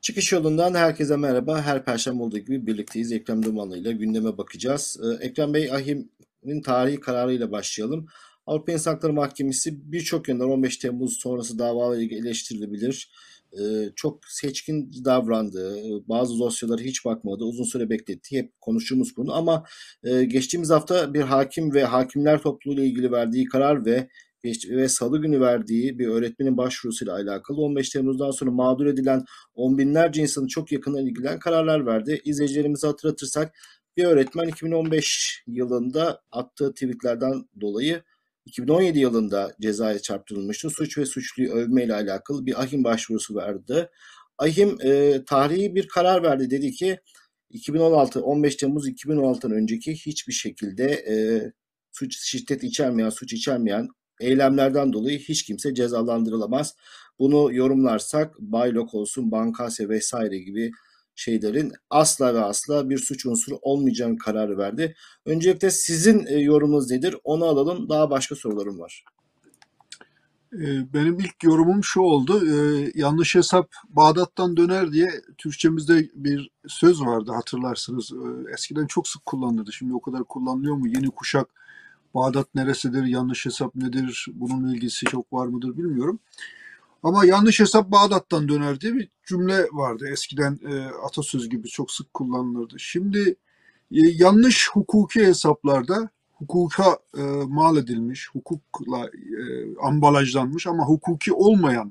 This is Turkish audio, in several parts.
Çıkış yolundan herkese merhaba. Her perşembe olduğu gibi birlikteyiz. Ekrem Dumanlı ile gündeme bakacağız. Ekrem Bey, AİHM'in tarihi kararıyla başlayalım. Avrupa İnsan Hakları Mahkemesi birçok yönden 15 Temmuz sonrası davalarla ilgili eleştirilebilir. Çok seçkin davrandı. Bazı dosyaları hiç bakmadı. Uzun süre bekletti. Hep konuştuğumuz konu ama geçtiğimiz hafta bir hakim ve hakimler topluluğu ile ilgili verdiği karar ve Salı günü verdiği bir öğretmenin başvurusuyla alakalı 15 Temmuz'dan sonra mağdur edilen on binlerce insanın çok yakından ilgilenen kararlar verdi. İzleyicilerimize hatırlatırsak bir öğretmen 2015 yılında attığı tweetlerden dolayı 2017 yılında cezaya çarptırılmıştı. Suç ve suçluyu övme ile alakalı bir AİHM başvurusu verdi. AİHM tarihi bir karar verdi. Dedi ki 15 Temmuz 2016'dan önceki hiçbir şekilde şiddet içermeyen, suç içermeyen eylemlerden dolayı hiç kimse cezalandırılamaz. Bunu yorumlarsak Baylok olsun, Bankasya vesaire gibi şeylerin asla ve asla bir suç unsuru olmayacağını kararı verdi. Öncelikle sizin yorumunuz nedir? Onu alalım. Daha başka sorularım var. Benim ilk yorumum şu oldu. Yanlış hesap Bağdat'tan döner diye Türkçemizde bir söz vardı, hatırlarsınız. Eskiden çok sık kullanılırdı. Şimdi o kadar kullanılıyor mu? Yeni kuşak Bağdat neresidir, yanlış hesap nedir, bunun ilgisi çok var mıdır bilmiyorum. Ama yanlış hesap Bağdat'tan döner diye bir cümle vardı. Eskiden atasöz gibi çok sık kullanılırdı. Şimdi yanlış hukuki hesaplarda hukuka mal edilmiş, hukukla ambalajlanmış ama hukuki olmayan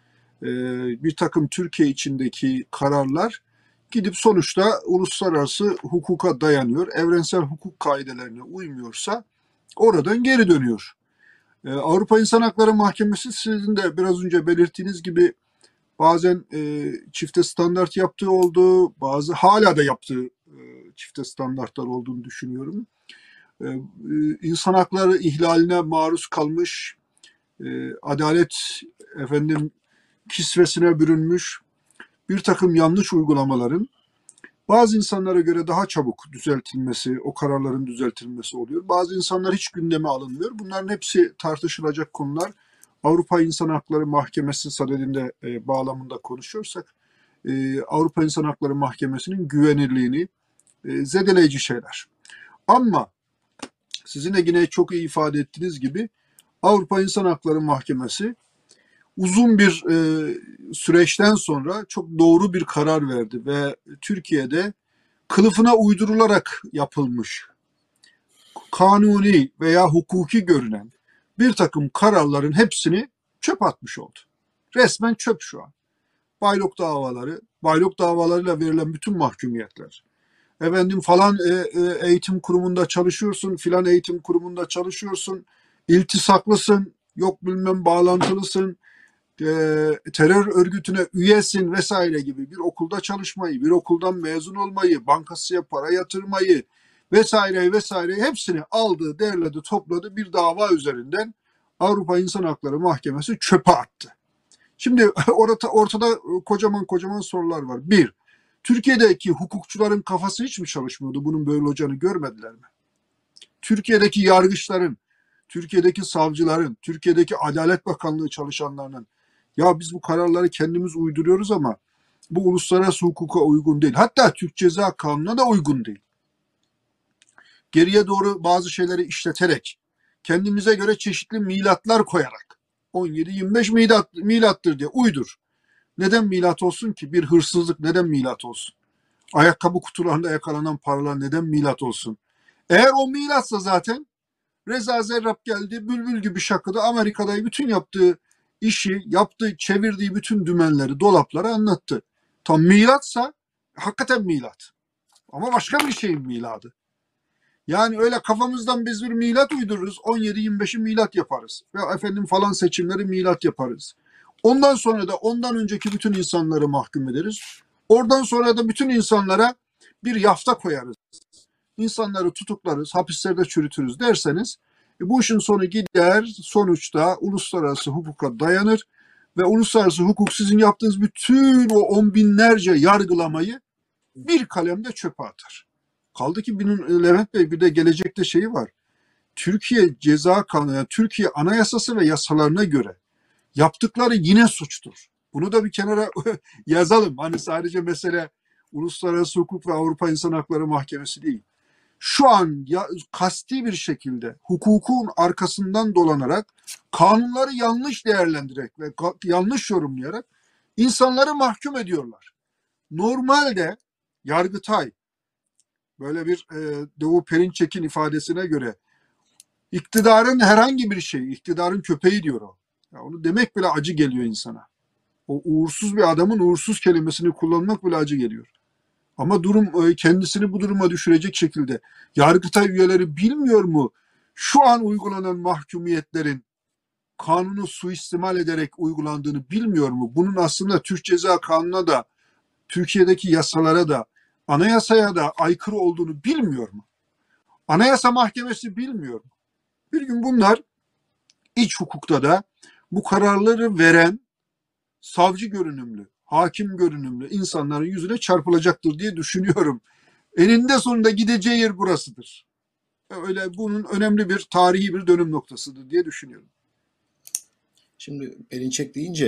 bir takım Türkiye içindeki kararlar gidip sonuçta uluslararası hukuka dayanıyor. Evrensel hukuk kaidelerine uymuyorsa oradan geri dönüyor. Avrupa İnsan Hakları Mahkemesi sizin de biraz önce belirttiğiniz gibi bazen çifte standart yaptığı oldu, bazı hala da yaptığı çifte standartlar olduğunu düşünüyorum. İnsan hakları ihlaline maruz kalmış, adalet kisvesine bürünmüş bir takım yanlış uygulamaların bazı insanlara göre daha çabuk düzeltilmesi, o kararların düzeltilmesi oluyor. Bazı insanlar hiç gündeme alınmıyor. Bunların hepsi tartışılacak konular. Avrupa İnsan Hakları Mahkemesi sadedinde bağlamında konuşuyorsak, Avrupa İnsan Hakları Mahkemesi'nin güvenirliğini zedeleyici şeyler. Ama sizin de yine çok iyi ifade ettiğiniz gibi Avrupa İnsan Hakları Mahkemesi uzun bir süreçten sonra çok doğru bir karar verdi ve Türkiye'de kılıfına uydurularak yapılmış, kanuni veya hukuki görünen bir takım kararların hepsini çöp atmış oldu. Resmen çöp şu an. Baylok davalarıyla verilen bütün mahkumiyetler. Efendim falan eğitim kurumunda çalışıyorsun, filan eğitim kurumunda çalışıyorsun, iltisaklısın, yok bilmem bağlantılısın, terör örgütüne üyesin vesaire gibi bir okulda çalışmayı, bir okuldan mezun olmayı, bankasıya para yatırmayı vesaire hepsini aldı, derledi, topladı bir dava üzerinden Avrupa İnsan Hakları Mahkemesi çöpe attı. Şimdi ortada kocaman sorular var. Bir, Türkiye'deki hukukçuların kafası hiç mi çalışmıyordu? Bunun böyle olacağını görmediler mi? Türkiye'deki yargıçların, Türkiye'deki savcıların, Türkiye'deki Adalet Bakanlığı çalışanlarının ya biz bu kararları kendimiz uyduruyoruz ama bu uluslararası hukuka uygun değil. Hatta Türk Ceza Kanunu'na da uygun değil. Geriye doğru bazı şeyleri işleterek, kendimize göre çeşitli milatlar koyarak 17-25 milattır diye uydur. Neden milat olsun ki? Bir hırsızlık neden milat olsun? Ayakkabı kutularında yakalanan paralar neden milat olsun? Eğer o milatsa zaten Reza Zerrab geldi, bülbül gibi şakıdı. Amerika'da bütün yaptığı işi, çevirdiği bütün dümenleri, dolapları anlattı. Tam milatsa hakikaten milat. Ama başka bir şeyin miladı. Yani öyle kafamızdan biz bir milat uydururuz. 17-25'i milat yaparız. Ve efendim falan seçimleri milat yaparız. Ondan sonra da ondan önceki bütün insanları mahkum ederiz. Oradan sonra da bütün insanlara bir yafta koyarız. İnsanları tutuklarız, hapislerde çürütürüz derseniz bu işin sonu gider, sonuçta uluslararası hukuka dayanır ve uluslararası hukuk sizin yaptığınız bütün o on binlerce yargılamayı bir kalemde çöpe atar. Kaldı ki bunun Levent Bey bir de gelecekte şeyi var. Türkiye Ceza Kanunu, yani Türkiye Anayasası ve yasalarına göre yaptıkları yine suçtur. Bunu da bir kenara yazalım. Hani sadece mesele uluslararası hukuk ve Avrupa İnsan Hakları Mahkemesi değil. Şu an ya, kasti bir şekilde hukukun arkasından dolanarak, kanunları yanlış değerlendirerek ve yanlış yorumlayarak insanları mahkum ediyorlar. Normalde Yargıtay, böyle bir Doğu Perinçek'in ifadesine göre, iktidarın herhangi bir şeyi, iktidarın köpeği diyor o. Ya onu demek bile acı geliyor insana. O uğursuz bir adamın uğursuz kelimesini kullanmak bile acı geliyor. Ama durum kendisini bu duruma düşürecek şekilde. Yargıtay üyeleri bilmiyor mu? Şu an uygulanan mahkumiyetlerin kanunu suistimal ederek uygulandığını bilmiyor mu? Bunun aslında Türk Ceza Kanunu'na da, Türkiye'deki yasalara da, anayasaya da aykırı olduğunu bilmiyor mu? Anayasa Mahkemesi bilmiyor mu? Bir gün bunlar iç hukukta da bu kararları veren savcı görünümlü, hakim görünümlü insanların yüzüne çarpılacaktır diye düşünüyorum. Eninde sonunda gideceği yer burasıdır. Öyle, bunun önemli bir tarihi bir dönüm noktasıdır diye düşünüyorum. Şimdi Perinçek deyince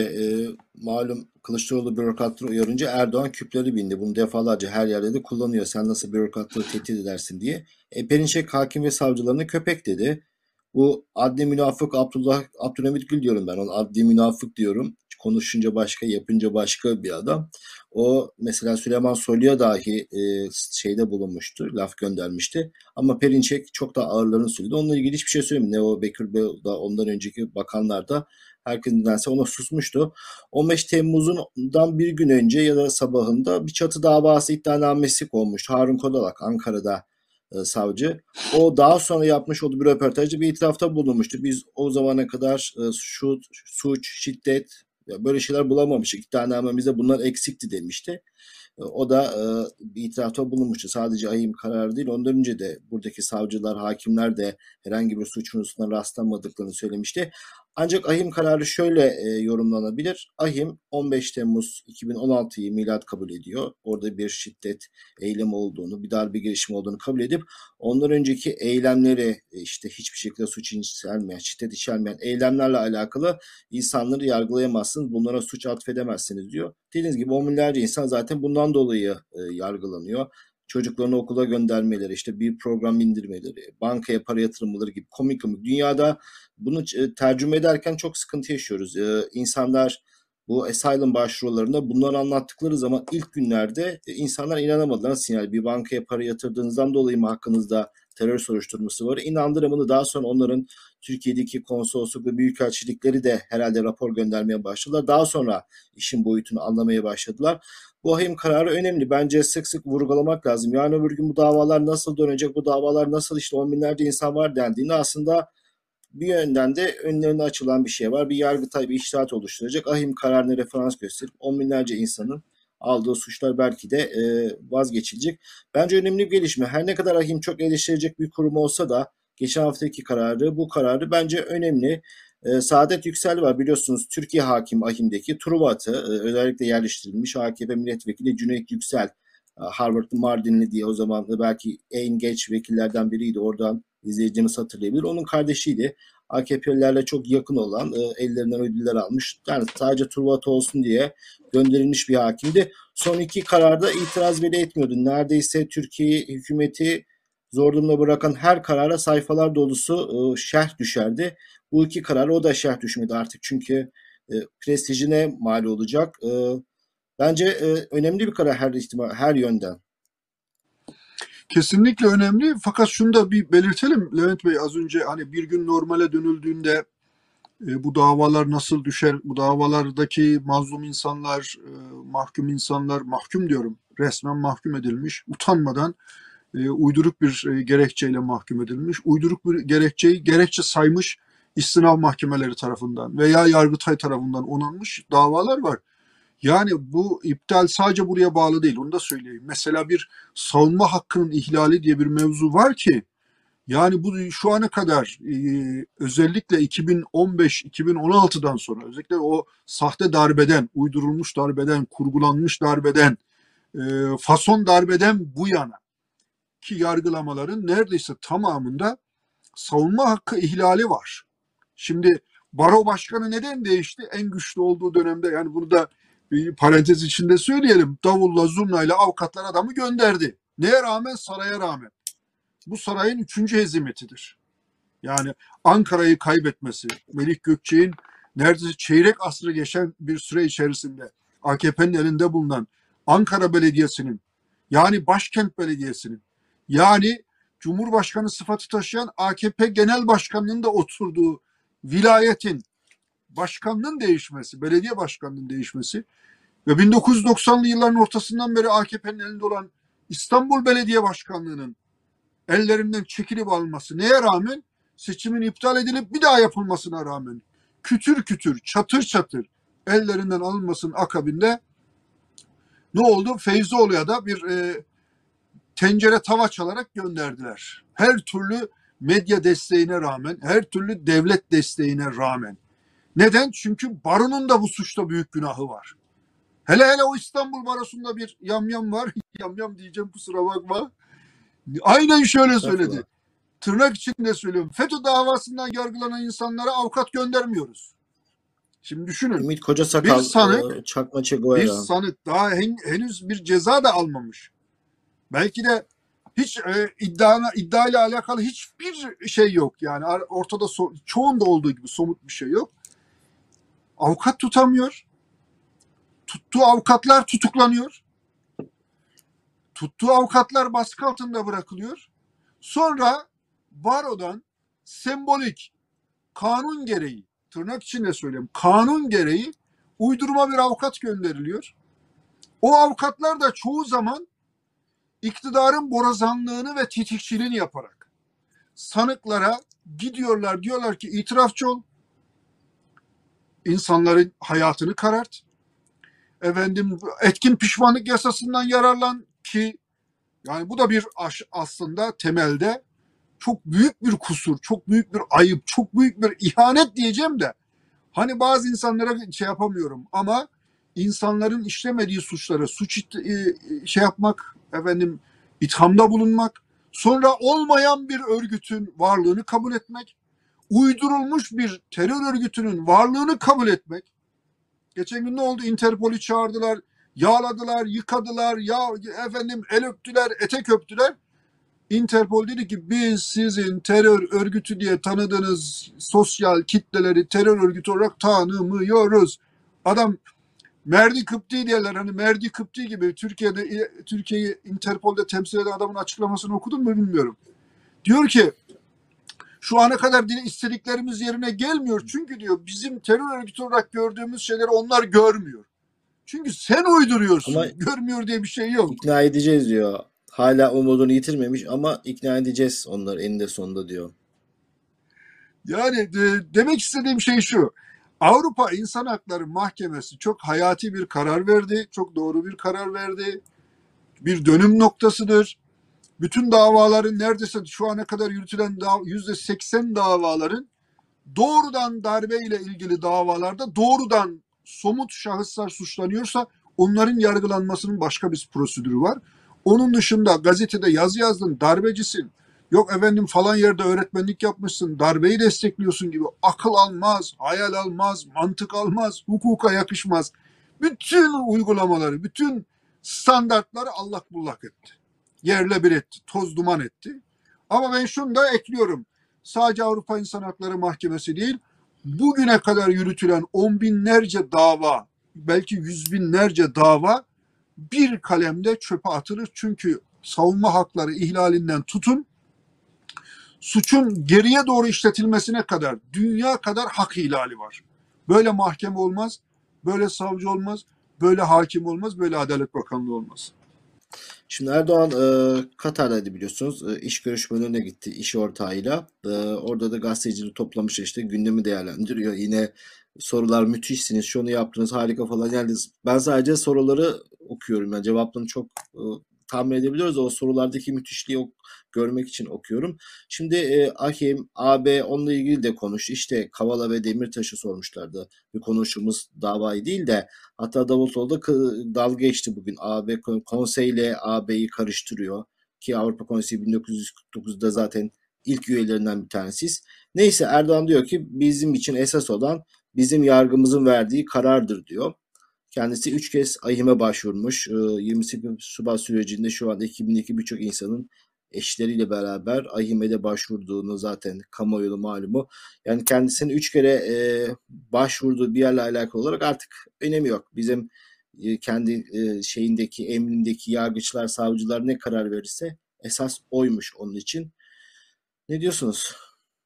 malum Kılıçdaroğlu bürokratları uyarınca Erdoğan küpleri bindi. Bunu defalarca her yerde de kullanıyor. Sen nasıl bürokratları tehdit edersin diye. Perinçek hakim ve savcılarına köpek dedi. Bu adli münafık Abdülhamit Gül diyorum ben. Ona adli münafık diyorum. Konuşunca başka, yapınca başka bir adam. O mesela Süleyman Soylu'ya dahi şeyde bulunmuştu, laf göndermişti. Ama Perinçek çok daha ağırlarını söyledi. Onunla ilgili hiçbir şey söylemedi. Ne o Bekir Bey da ondan önceki bakanlar da herkes nedense ona susmuştu. 15 Temmuz'dan bir gün önce ya da sabahında bir çatı davası iddianamesi konmuştu. Harun Kodalak Ankara'da savcı. O daha sonra yapmış olduğu bir röportajda bir itirafta bulunmuştu. Biz o zamana kadar suç, şiddet böyle şeyler bulamamıştık. İddianamemizde bunlar eksikti demişti. O da bir itirafta bulunmuştu. Sadece ahim kararı değil, ondan önce de buradaki savcılar, hakimler de herhangi bir suç unsuruna rastlanmadıklarını söylemişti. Ancak ahim kararı şöyle yorumlanabilir. Ahim 15 Temmuz 2016'yı milat kabul ediyor. Orada bir şiddet eylemi olduğunu, bir darbe girişimi olduğunu kabul edip ondan önceki eylemleri işte hiçbir şekilde suç içermeyen, şiddet içermeyen eylemlerle alakalı insanları yargılayamazsınız. Bunlara suç atfedemezsiniz diyor. Dediğiniz gibi 10 milyarca insan zaten bundan dolayı yargılanıyor. Çocuklarını okula göndermeleri, işte bir program indirmeleri, bankaya para yatırımları gibi komik komik. Dünyada bunu tercüme ederken çok sıkıntı yaşıyoruz. İnsanlar bu asylum başvurularında bunları anlattıkları zaman ilk günlerde insanlar inanamadılar. Nasıl yani bir bankaya para yatırdığınızdan dolayı mı hakkınızda terör soruşturması var? İnandıramadı. Daha sonra onların Türkiye'deki konsolosluk ve büyükelçilikleri de herhalde rapor göndermeye başladılar. Daha sonra işin boyutunu anlamaya başladılar. Bu ahim kararı önemli. Bence sık sık vurgulamak lazım. Yarın öbür gün bu davalar nasıl dönecek, bu davalar nasıl işte 10 binlerce insan var dendiğinde aslında bir yönden de önlerine açılan bir şey var. Bir Yargıtay bir iştahat oluşturacak. Ahim kararına referans gösterip 10 binlerce insanın aldığı suçlar belki de vazgeçilecek. Bence önemli bir gelişme. Her ne kadar ahim çok eleştirecek bir kurum olsa da geçen haftaki kararı, bu kararı bence önemli. Saadet Yüksel var biliyorsunuz Türkiye hakim ahimdeki Truvat'ı özellikle yerleştirilmiş AKP milletvekili Cüneyt Yüksel Harvard'lı Mardinli diye o zaman da belki en genç vekillerden biriydi. Oradan izleyicimiz hatırlayabilir. Onun kardeşiydi. AKP'lilerle çok yakın olan ellerinden ödüller almış. Yani sadece Truvat olsun diye gönderilmiş bir hakimdi. Son iki kararda itiraz bile etmiyordu. Neredeyse Türkiye hükümeti zor durumda bırakan her karara sayfalar dolusu şerh düşerdi. Bu iki karar o da şerh düşmedi artık çünkü prestijine mal olacak. Bence önemli bir karar her ihtimal, her yönden. Kesinlikle önemli. Fakat şunu da bir belirtelim Levent Bey, az önce hani bir gün normale dönüldüğünde bu davalar nasıl düşer? Bu davalardaki mazlum insanlar, mahkum insanlar, mahkum diyorum, resmen mahkum edilmiş, utanmadan uyduruk bir gerekçeyle mahkum edilmiş, uyduruk bir gerekçeyi gerekçe saymış istinaf mahkemeleri tarafından veya Yargıtay tarafından onanmış davalar var. Yani bu iptal sadece buraya bağlı değil, onu da söyleyeyim. Mesela bir savunma hakkının ihlali diye bir mevzu var ki, yani bu şu ana kadar özellikle 2015-2016'dan sonra, özellikle o sahte darbeden, uydurulmuş darbeden, kurgulanmış darbeden, fason darbeden bu yana ki yargılamaların neredeyse tamamında savunma hakkı ihlali var. Şimdi Baro başkanı neden değişti? En güçlü olduğu dönemde, yani bunu da bir parantez içinde söyleyelim. Davulla zurnayla avukatlar adamı gönderdi. Neye rağmen? Saraya rağmen. Bu sarayın 3. hezimetidir. Yani Ankara'yı kaybetmesi, Melik Gökçek'in neredeyse çeyrek asrı geçen bir süre içerisinde AKP'nin elinde bulunan Ankara Belediyesi'nin, yani başkent belediyesinin, yani Cumhurbaşkanı sıfatı taşıyan AKP Genel Başkanı'nın da oturduğu vilayetin başkanının değişmesi, belediye başkanının değişmesi ve 1990'lı yılların ortasından beri AKP'nin elinde olan İstanbul Belediye Başkanlığı'nın ellerinden çekilip alınması neye rağmen? Seçimin iptal edilip bir daha yapılmasına rağmen, kütür kütür, çatır çatır ellerinden alınmasının akabinde ne oldu? Feyzoğlu'ya da bir tencere tava çalarak gönderdiler. Her türlü medya desteğine rağmen, her türlü devlet desteğine rağmen. Neden? Çünkü baronun da bu suçta büyük günahı var. Hele hele o İstanbul Barosu'nda bir yamyam var. Yamyam diyeceğim, kusura bakma. Aynen şöyle söyledi. Estağfurullah. Tırnak içinde söylüyorum. FETÖ davasından yargılanan insanlara avukat göndermiyoruz. Şimdi düşünün. Ümit Bir Kocasakal, sanık, Çakma bir Çeguera. sanık daha henüz bir ceza da almamış. Belki de hiç iddiayla alakalı hiçbir şey yok. Yani ortada çoğunda olduğu gibi somut bir şey yok. Avukat tutamıyor. Tuttuğu avukatlar tutuklanıyor. Tuttuğu avukatlar baskı altında bırakılıyor. Sonra barodan sembolik, kanun gereği, tırnak içinde söyleyeyim, kanun gereği uydurma bir avukat gönderiliyor. O avukatlar da çoğu zaman iktidarın borazanlığını ve tetikçiliğini yaparak sanıklara gidiyorlar, diyorlar ki itirafçı ol, insanların hayatını karart, efendim etkin pişmanlık yasasından yararlan ki yani bu da bir aslında temelde çok büyük bir kusur, çok büyük bir ayıp, çok büyük bir ihanet diyeceğim de hani bazı insanlara şey yapamıyorum ama insanların işlemediği suçlara şey yapmak, efendim ithamda bulunmak, sonra olmayan bir örgütün varlığını kabul etmek, uydurulmuş bir terör örgütünün varlığını kabul etmek. Geçen gün ne oldu? Interpol'ü çağırdılar, yağladılar, yıkadılar, ya efendim el öptüler, etek öptüler. Interpol dedi ki biz sizin terör örgütü diye tanıdığınız sosyal kitleleri terör örgütü olarak tanımıyoruz. Adam Merdi Kıpti diyorlar, hani Merdi Kıpti gibi Türkiye'yi Interpol'de temsil eden adamın açıklamasını okudun mu bilmiyorum. Diyor ki şu ana kadar istediklerimiz yerine gelmiyor. Çünkü diyor bizim terör örgütü olarak gördüğümüz şeyleri onlar görmüyor. Çünkü sen Ama uyduruyorsun. Görmüyor diye bir şey yok. ikna edeceğiz diyor. Hala umudunu yitirmemiş ama ikna edeceğiz onları eninde sonunda diyor. Yani demek istediğim şey şu. Avrupa İnsan Hakları Mahkemesi çok hayati bir karar verdi. Çok doğru bir karar verdi. Bir dönüm noktasıdır. Bütün davaların neredeyse şu ana kadar yürütülen %80 davaların doğrudan darbe ile ilgili davalarda doğrudan somut şahıslar suçlanıyorsa onların yargılanmasının başka bir prosedürü var. Onun dışında gazetede yazı yazdın, darbecisin, yok efendim falan yerde öğretmenlik yapmışsın, darbeyi destekliyorsun gibi akıl almaz, hayal almaz, mantık almaz, hukuka yakışmaz. Bütün uygulamaları, bütün standartları allak bullak etti. Yerle bir etti, toz duman etti. Ama ben şunu da ekliyorum. Sadece Avrupa İnsan Hakları Mahkemesi değil, bugüne kadar yürütülen on binlerce dava, belki yüz binlerce dava bir kalemde çöpe atılır. Çünkü savunma hakları ihlalinden tutun, suçun geriye doğru işletilmesine kadar dünya kadar hak ihlali var. Böyle mahkeme olmaz, böyle savcı olmaz, böyle hakim olmaz, böyle Adalet Bakanlığı olmaz. Şimdi Erdoğan Katar'daydı biliyorsunuz. İş görüşmelerine gitti iş ortağıyla. Orada da gazetecileri toplamış işte gündemi değerlendiriyor. Yine sorular müthişsiniz, şunu yaptınız, harika falan. Yani ben sadece soruları okuyorum. Yani cevaplarını çok tahmin edebiliyoruz. O sorulardaki müthişliği görmek için okuyorum. Şimdi Ahim, AB onunla ilgili de konuştu. İşte Kavala ve Demirtaş'ı sormuşlardı. Bir konuştuğumuz davayı değil de hatta Davutoğlu da dalga geçti bugün. AB konseyle AB'yi karıştırıyor ki Avrupa Konseyi 1949'da zaten ilk üyelerinden bir tanesiyiz. Neyse Erdoğan diyor ki bizim için esas olan bizim yargımızın verdiği karardır diyor. Kendisi 3 kez AİHM'e başvurmuş. 28 Şubat sürecinde şu anda 2002 birçok insanın eşleriyle beraber AİHM'de başvurduğunu zaten kamuoyunu malumu. Yani kendisinin 3 kere başvurduğu bir yerle alakalı olarak artık önemi yok. Bizim kendi şeyindeki, emrindeki yargıçlar, savcılar ne karar verirse esas oymuş onun için. Ne diyorsunuz?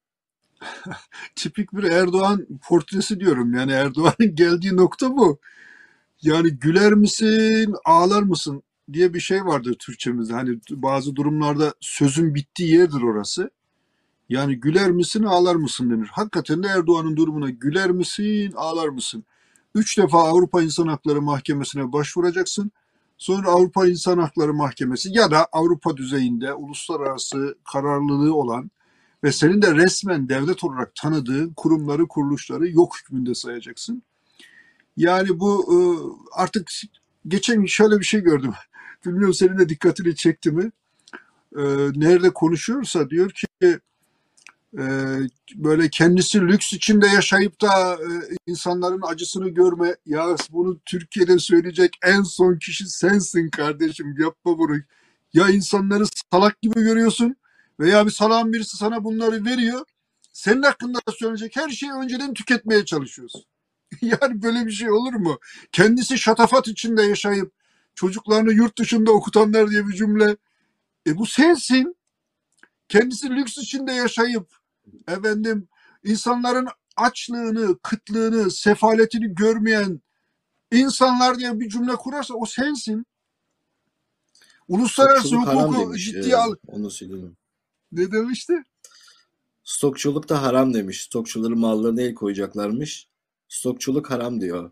Tipik bir Erdoğan portresi diyorum. Yani Erdoğan'ın geldiği nokta bu. Yani güler misin, ağlar mısın diye bir şey vardır Türkçemizde. Hani bazı durumlarda sözün bittiği yerdir orası. Yani güler misin, ağlar mısın denir. Hakikaten de Erdoğan'ın durumuna güler misin, ağlar mısın? 3 defa Avrupa İnsan Hakları Mahkemesi'ne başvuracaksın. Sonra Avrupa İnsan Hakları Mahkemesi ya da Avrupa düzeyinde uluslararası kararlılığı olan ve senin de resmen devlet olarak tanıdığın kurumları, kuruluşları yok hükmünde sayacaksın. Yani bu artık geçen şöyle bir şey gördüm. Bilmiyorum senin de dikkatini çekti mi? Nerede konuşuyorsa diyor ki e, böyle kendisi lüks içinde yaşayıp da insanların acısını görme. Ya bunu Türkiye'de söyleyecek en son kişi sensin kardeşim. Yapma bunu. Ya insanları salak gibi görüyorsun veya bir salağın birisi sana bunları veriyor. Senin hakkında söyleyecek her şeyi önceden tüketmeye çalışıyorsun. Yani böyle bir şey olur mu? Kendisi şatafat içinde yaşayıp çocuklarını yurt dışında okutanlar diye bir cümle. Bu sensin. Kendisi lüks içinde yaşayıp efendim insanların açlığını, kıtlığını, sefaletini görmeyen insanlar diye bir cümle kurarsa o sensin. Uluslararası Stokçuluk haram hukuku demiş. ciddiye al. Onu söyleyeyim. Ne demişti? Stokçuluk da haram demiş. Stokçuların mallarına el koyacaklarmış. Stokçuluk haram diyor.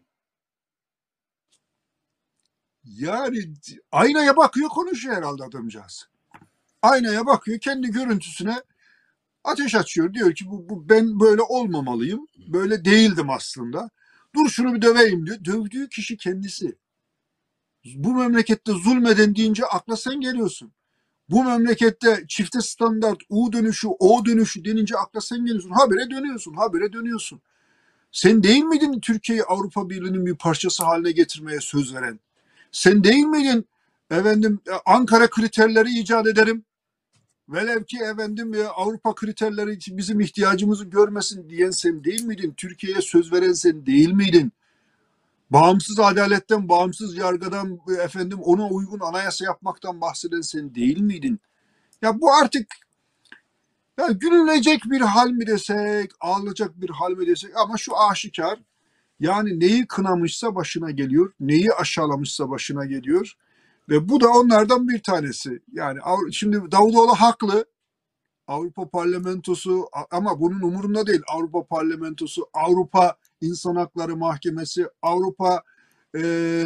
Yani aynaya bakıyor konuşuyor herhalde adamcağız. Aynaya bakıyor kendi görüntüsüne ateş açıyor. Diyor ki bu ben böyle olmamalıyım. Böyle değildim aslında. Dur şunu bir döveyim diyor. Dövdüğü kişi kendisi. Bu memlekette zulmeden deyince akla sen geliyorsun. Bu memlekette çifte standart, U dönüşü, O dönüşü denince akla sen geliyorsun. Habire dönüyorsun, habire dönüyorsun. Sen değil miydin Türkiye'yi Avrupa Birliği'nin bir parçası haline getirmeye söz veren? Sen değil miydin efendim Ankara kriterleri icat ederim. Velev ki efendim Avrupa kriterleri için bizim ihtiyacımızı görmesin diyen sen değil miydin? Türkiye'ye söz veren sen değil miydin? Bağımsız adaletten, bağımsız yargıdan efendim ona uygun anayasa yapmaktan bahseden sen değil miydin? Ya bu artık ya gülünecek bir hal mi desek, ağlayacak bir hal mi desek ama şu aşikar. Yani neyi kınamışsa başına geliyor, neyi aşağılamışsa başına geliyor ve bu da onlardan bir tanesi. Yani şimdi Davutoğlu haklı. Avrupa Parlamentosu ama bunun umurunda değil. Avrupa Parlamentosu, Avrupa İnsan Hakları Mahkemesi, Avrupa e,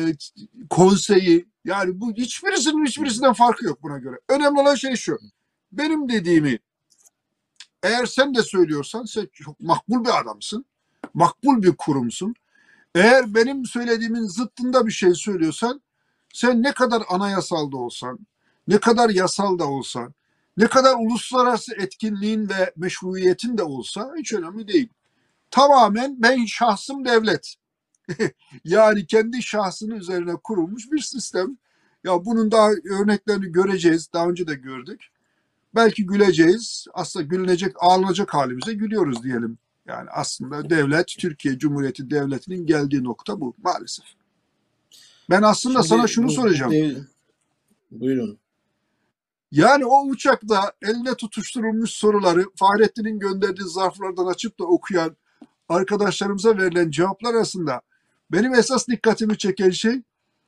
Konseyi yani bu hiçbirisinden farkı yok buna göre. Önemli olan şey şu. Benim dediğimi eğer sen de söylüyorsan sen çok makbul bir adamsın. Makbul bir kurumsun. Eğer benim söylediğimin zıttında bir şey söylüyorsan sen ne kadar anayasal da olsan, ne kadar yasal da olsan, ne kadar uluslararası etkinliğin ve meşruiyetin de olsa hiç önemli değil. Tamamen ben şahsım devlet. Yani kendi şahsının üzerine kurulmuş bir sistem. Ya bunun daha örneklerini göreceğiz. Daha önce de gördük. Belki güleceğiz. Aslında gülünecek, ağlanacak halimize gülüyoruz diyelim. Yani aslında devlet, Türkiye Cumhuriyeti Devleti'nin geldiği nokta bu maalesef. Ben aslında sana Şimdi şunu soracağım. buyurun. Yani o uçakta eline tutuşturulmuş soruları Fahrettin'in gönderdiği zarflardan açıp da okuyan arkadaşlarımıza verilen cevaplar arasında benim esas dikkatimi çeken şey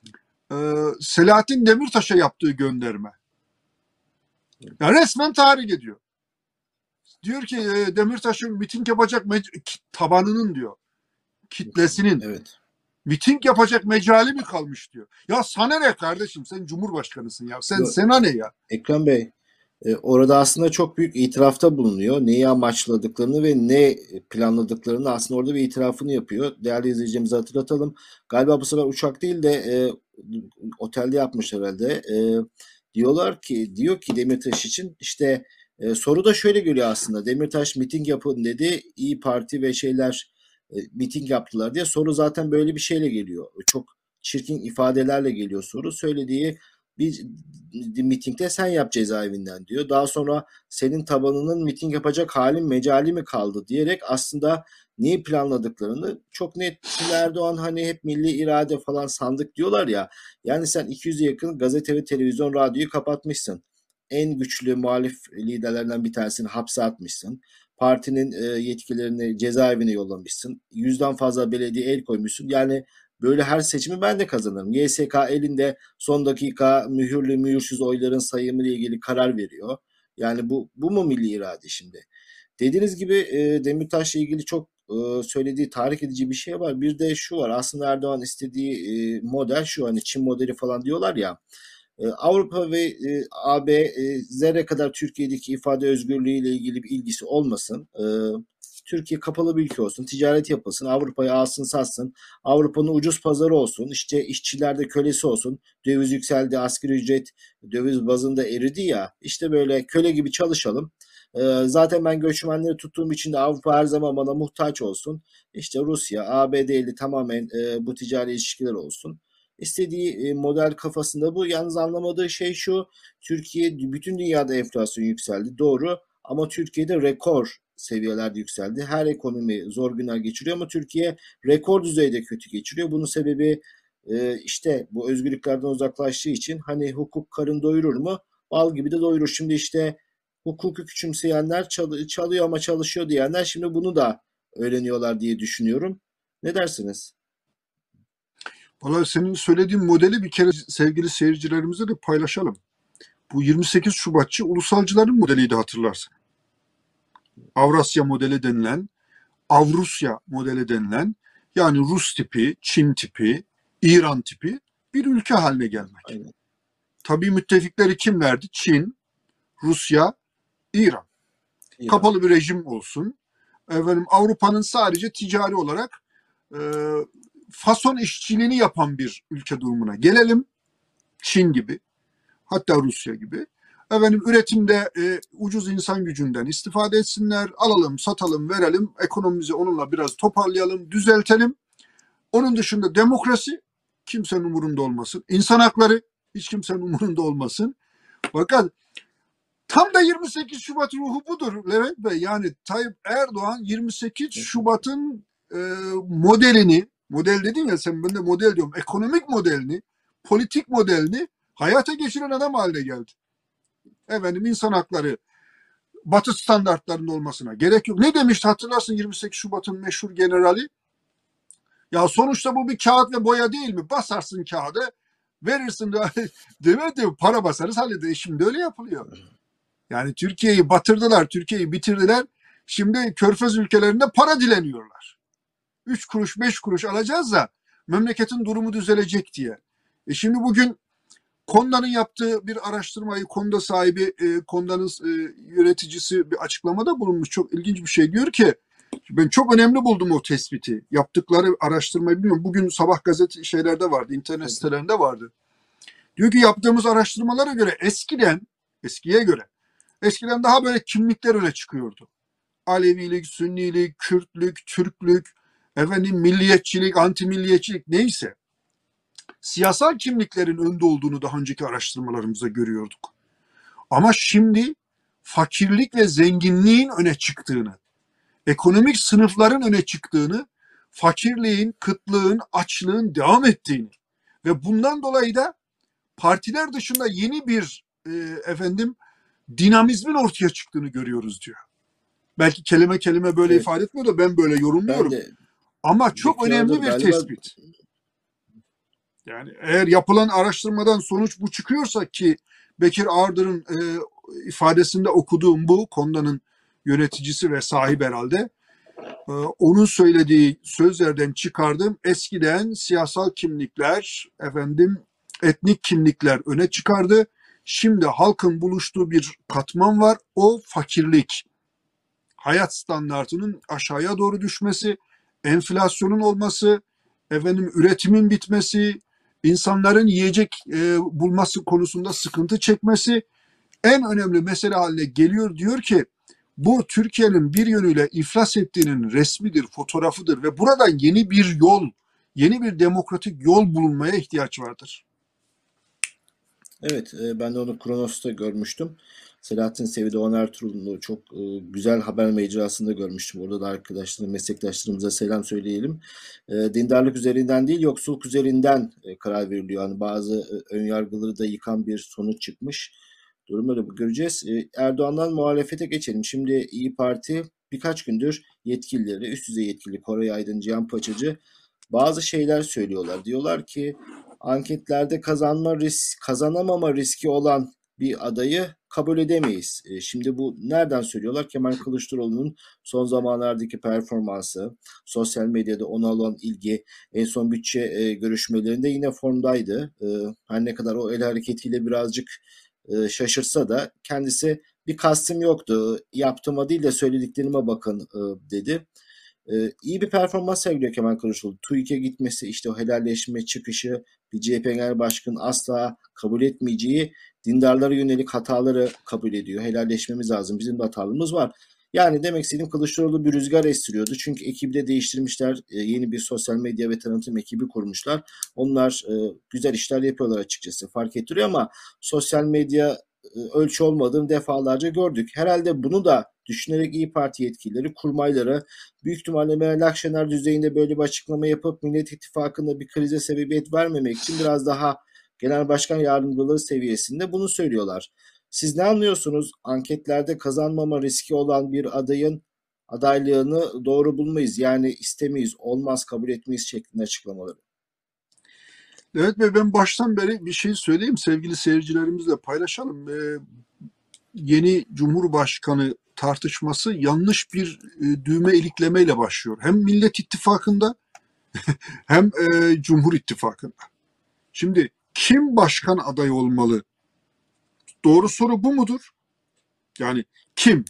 Selahattin Demirtaş'a yaptığı gönderme. Yani resmen tahrik ediyor. Diyor ki Demirtaş'ın miting yapacak tabanının diyor, kitlesinin Evet. miting yapacak mecali mi kalmış diyor. Ya sana ne kardeşim sen Cumhurbaşkanısın ya. Yo, Sana ne ya? Ekrem Bey, orada aslında çok büyük itirafta bulunuyor. Neyi amaçladıklarını ve ne planladıklarını aslında orada bir itirafını yapıyor. Değerli izleyicilerimize hatırlatalım. Galiba bu sefer uçak değil de otelde yapmış herhalde. Diyor ki Demirtaş için işte Soru da şöyle geliyor aslında. Demirtaş miting yapın dedi. İyi Parti ve şeyler miting yaptılar diye. Soru zaten böyle bir şeyle geliyor. Çok çirkin ifadelerle geliyor soru. Söylediği bir mitingde sen yap cezaevinden diyor. Daha sonra senin tabanının miting yapacak halin mecali mi kaldı diyerek aslında neyi planladıklarını çok net. Şimdi Erdoğan hani hep milli irade falan sandık diyorlar ya. Yani sen 200'e yakın gazete ve televizyon radyoyu kapatmışsın. En güçlü muhalif liderlerinden bir tanesini hapse atmışsın. Partinin yetkilerini cezaevine yollamışsın. 100'den fazla belediye el koymuşsun. Yani böyle her seçimi ben de kazanırım. YSK elinde son dakika mühürlü mühürsüz oyların sayımı ile ilgili karar veriyor. Yani bu mu milli irade şimdi? Dediğiniz gibi Demirtaş'la ilgili çok söylediği tahrik edici bir şey var. Bir de şu var. Aslında Erdoğan istediği model şu, hani Çin modeli falan diyorlar ya. Avrupa ve AB zerre kadar Türkiye'deki ifade özgürlüğü ile ilgili bir ilgisi olmasın. Türkiye kapalı bir ülke olsun, ticaret yapılsın, Avrupa'yı alsın satsın, Avrupa'nın ucuz pazarı olsun, işte işçiler de kölesi olsun, döviz yükseldi, asgari ücret döviz bazında eridi ya, işte böyle köle gibi çalışalım. Zaten ben göçmenleri tuttuğum için de Avrupa her zaman bana muhtaç olsun. İşte Rusya, ABD ile tamamen bu ticari ilişkiler olsun. İstediği model kafasında bu. Yalnız anlamadığı şey şu. Türkiye bütün dünyada enflasyon yükseldi. Doğru. Ama Türkiye'de rekor seviyelerde yükseldi. Her ekonomi zor günler geçiriyor ama Türkiye rekor düzeyde kötü geçiriyor. Bunun sebebi işte bu özgürlüklerden uzaklaştığı için hani hukuk karın doyurur mu? Bal gibi de doyurur. Şimdi işte hukuku küçümseyenler çalıyor ama çalışıyor diyenler şimdi bunu da öğreniyorlar diye düşünüyorum. Ne dersiniz? Vallahi senin söylediğin modeli bir kere sevgili seyircilerimize de paylaşalım. Bu 28 Şubatçı ulusalcıların modeliydi, hatırlarsın. Avrasya modeli denilen, Avrusya modeli denilen, yani Rus tipi, Çin tipi, İran tipi bir ülke haline gelmek. Aynen. Tabii müttefikleri kimlerdi? Çin, Rusya, İran. İran. Kapalı bir rejim olsun. Efendim, Avrupa'nın sadece ticari olarak e, fason işçiliğini yapan bir ülke durumuna gelelim. Çin gibi, hatta Rusya gibi. Efendim, üretimde ucuz insan gücünden istifade etsinler. Alalım, satalım, verelim. Ekonomimizi onunla biraz toparlayalım, düzeltelim. Onun dışında demokrasi kimsenin umurunda olmasın. İnsan hakları hiç kimsenin umurunda olmasın. Fakat tam da 28 Şubat ruhu budur Levent Bey. Yani Tayyip Erdoğan 28 Şubat'ın modelini, model dedin ya sen, ben de model diyorum, ekonomik modelini, politik modelini hayata geçiren adam haline geldi. Efendim, insan hakları Batı standartlarında olmasına gerek yok. Ne demişti hatırlarsın 28 Şubat'ın meşhur generali? Ya sonuçta bu bir kağıt ve boya değil mi? Basarsın kağıdı, verirsin de demedi mi? Para basarız halleder. Şimdi öyle yapılıyor. Yani Türkiye'yi batırdılar, Türkiye'yi bitirdiler. Şimdi Körfez ülkelerinde para dileniyorlar. 3 kuruş 5 kuruş alacağız da memleketin durumu düzelecek diye. Şimdi bugün Konda'nın yaptığı bir araştırmayı, Konda sahibi, Konda'nın yöneticisi bir açıklamada bulunmuş. Çok ilginç bir şey. Diyor ki, ben çok önemli buldum o tespiti. Yaptıkları araştırmayı bilmiyorum. Bugün sabah gazete şeylerde vardı, internet sitelerinde vardı. Diyor ki yaptığımız araştırmalara göre eskiden daha böyle kimlikler öne çıkıyordu. Alevilik, Sünnilik, Kürtlük, Türklük, efendim milliyetçilik, anti milliyetçilik, neyse. Siyasal kimliklerin önde olduğunu daha önceki araştırmalarımızda görüyorduk. Ama şimdi fakirlik ve zenginliğin öne çıktığını, ekonomik sınıfların öne çıktığını, fakirliğin, kıtlığın, açlığın devam ettiğini ve bundan dolayı da partiler dışında yeni bir efendim dinamizmin ortaya çıktığını görüyoruz diyor. Belki kelime kelime böyle Evet. ifade etmiyor da ben böyle Ben yorumluyorum. de Ama çok Bekliyordur önemli bir galiba. tespit. Yani eğer yapılan araştırmadan sonuç bu çıkıyorsa, ki Bekir Ardır'ın ifadesinde okuduğum bu, Konda'nın yöneticisi ve sahibi herhalde, onun söylediği sözlerden çıkardım. Eskiden siyasal kimlikler, efendim etnik kimlikler öne çıkardı. Şimdi halkın buluştuğu bir katman var. O fakirlik. Hayat standartının aşağıya doğru düşmesi, enflasyonun olması, efendim üretimin bitmesi, insanların yiyecek bulması konusunda sıkıntı çekmesi, en önemli mesele haline geliyor. Diyor ki bu Türkiye'nin bir yönüyle iflas ettiğinin resmidir, fotoğrafıdır ve buradan yeni bir yol, yeni bir demokratik yol bulunmaya ihtiyaç vardır. Evet, ben de onu Kronos'ta görmüştüm. Selahattin Sevi Doğan Ertuğrul'un çok güzel haber mecrasında görmüştüm. Orada da meslektaşlarımıza selam söyleyelim. Dindarlık üzerinden değil, yoksulluk üzerinden karar veriliyor. Yani bazı ön yargıları da yıkan bir sonuç çıkmış. Durumları göreceğiz. Erdoğan'dan muhalefete geçelim. Şimdi İyi Parti birkaç gündür yetkilileri, üst düzey yetkili Koray Aydın, Cihan Paçacı bazı şeyler söylüyorlar. Diyorlar ki anketlerde kazanamama riski olan bir adayı kabul edemeyiz. Şimdi bu nereden söylüyorlar? Kemal Kılıçdaroğlu'nun son zamanlardaki performansı, sosyal medyada ona olan ilgi, en son bütçe görüşmelerinde yine formdaydı. Her ne kadar o el hareketiyle birazcık şaşırsa da kendisi bir kastım yoktu. Yaptığıma değil de söylediklerime bakın dedi. İyi bir performans sergiliyor Kemal Kılıçdaroğlu. TÜİK'e gitmesi, işte o helalleşme çıkışı, bir CHP Genel Başkanı asla kabul etmeyeceği dindarlara yönelik hataları kabul ediyor. Helalleşmemiz lazım. Bizim de hatalarımız var. Yani demek istediğim Kılıçdaroğlu bir rüzgar estiriyordu. Çünkü ekibi de değiştirmişler. Yeni bir sosyal medya ve tanıtım ekibi kurmuşlar. Onlar güzel işler yapıyorlar açıkçası. Fark ettiriyor ama sosyal medya ölçü olmadığını defalarca gördük. Herhalde bunu da düşünerek İyi Parti yetkilileri, kurmayları büyük ihtimalle Meral Akşener düzeyinde böyle bir açıklama yapıp Millet İttifakı'nda bir krize sebebiyet vermemek için biraz daha genel başkan yardımcıları seviyesinde bunu söylüyorlar. Siz ne anlıyorsunuz? Anketlerde kazanmama riski olan bir adayın adaylığını doğru bulmayız. Yani istemeyiz, olmaz, kabul etmeyiz şeklinde açıklamaları. Evet ve ben baştan beri bir şey söyleyeyim, sevgili seyircilerimizle paylaşalım. Yeni Cumhurbaşkanı tartışması yanlış bir düğme iliklemeyle başlıyor. Hem Millet İttifakı'nda hem Cumhur İttifakı'nda. Şimdi kim başkan adayı olmalı? Doğru soru bu mudur? Yani kim?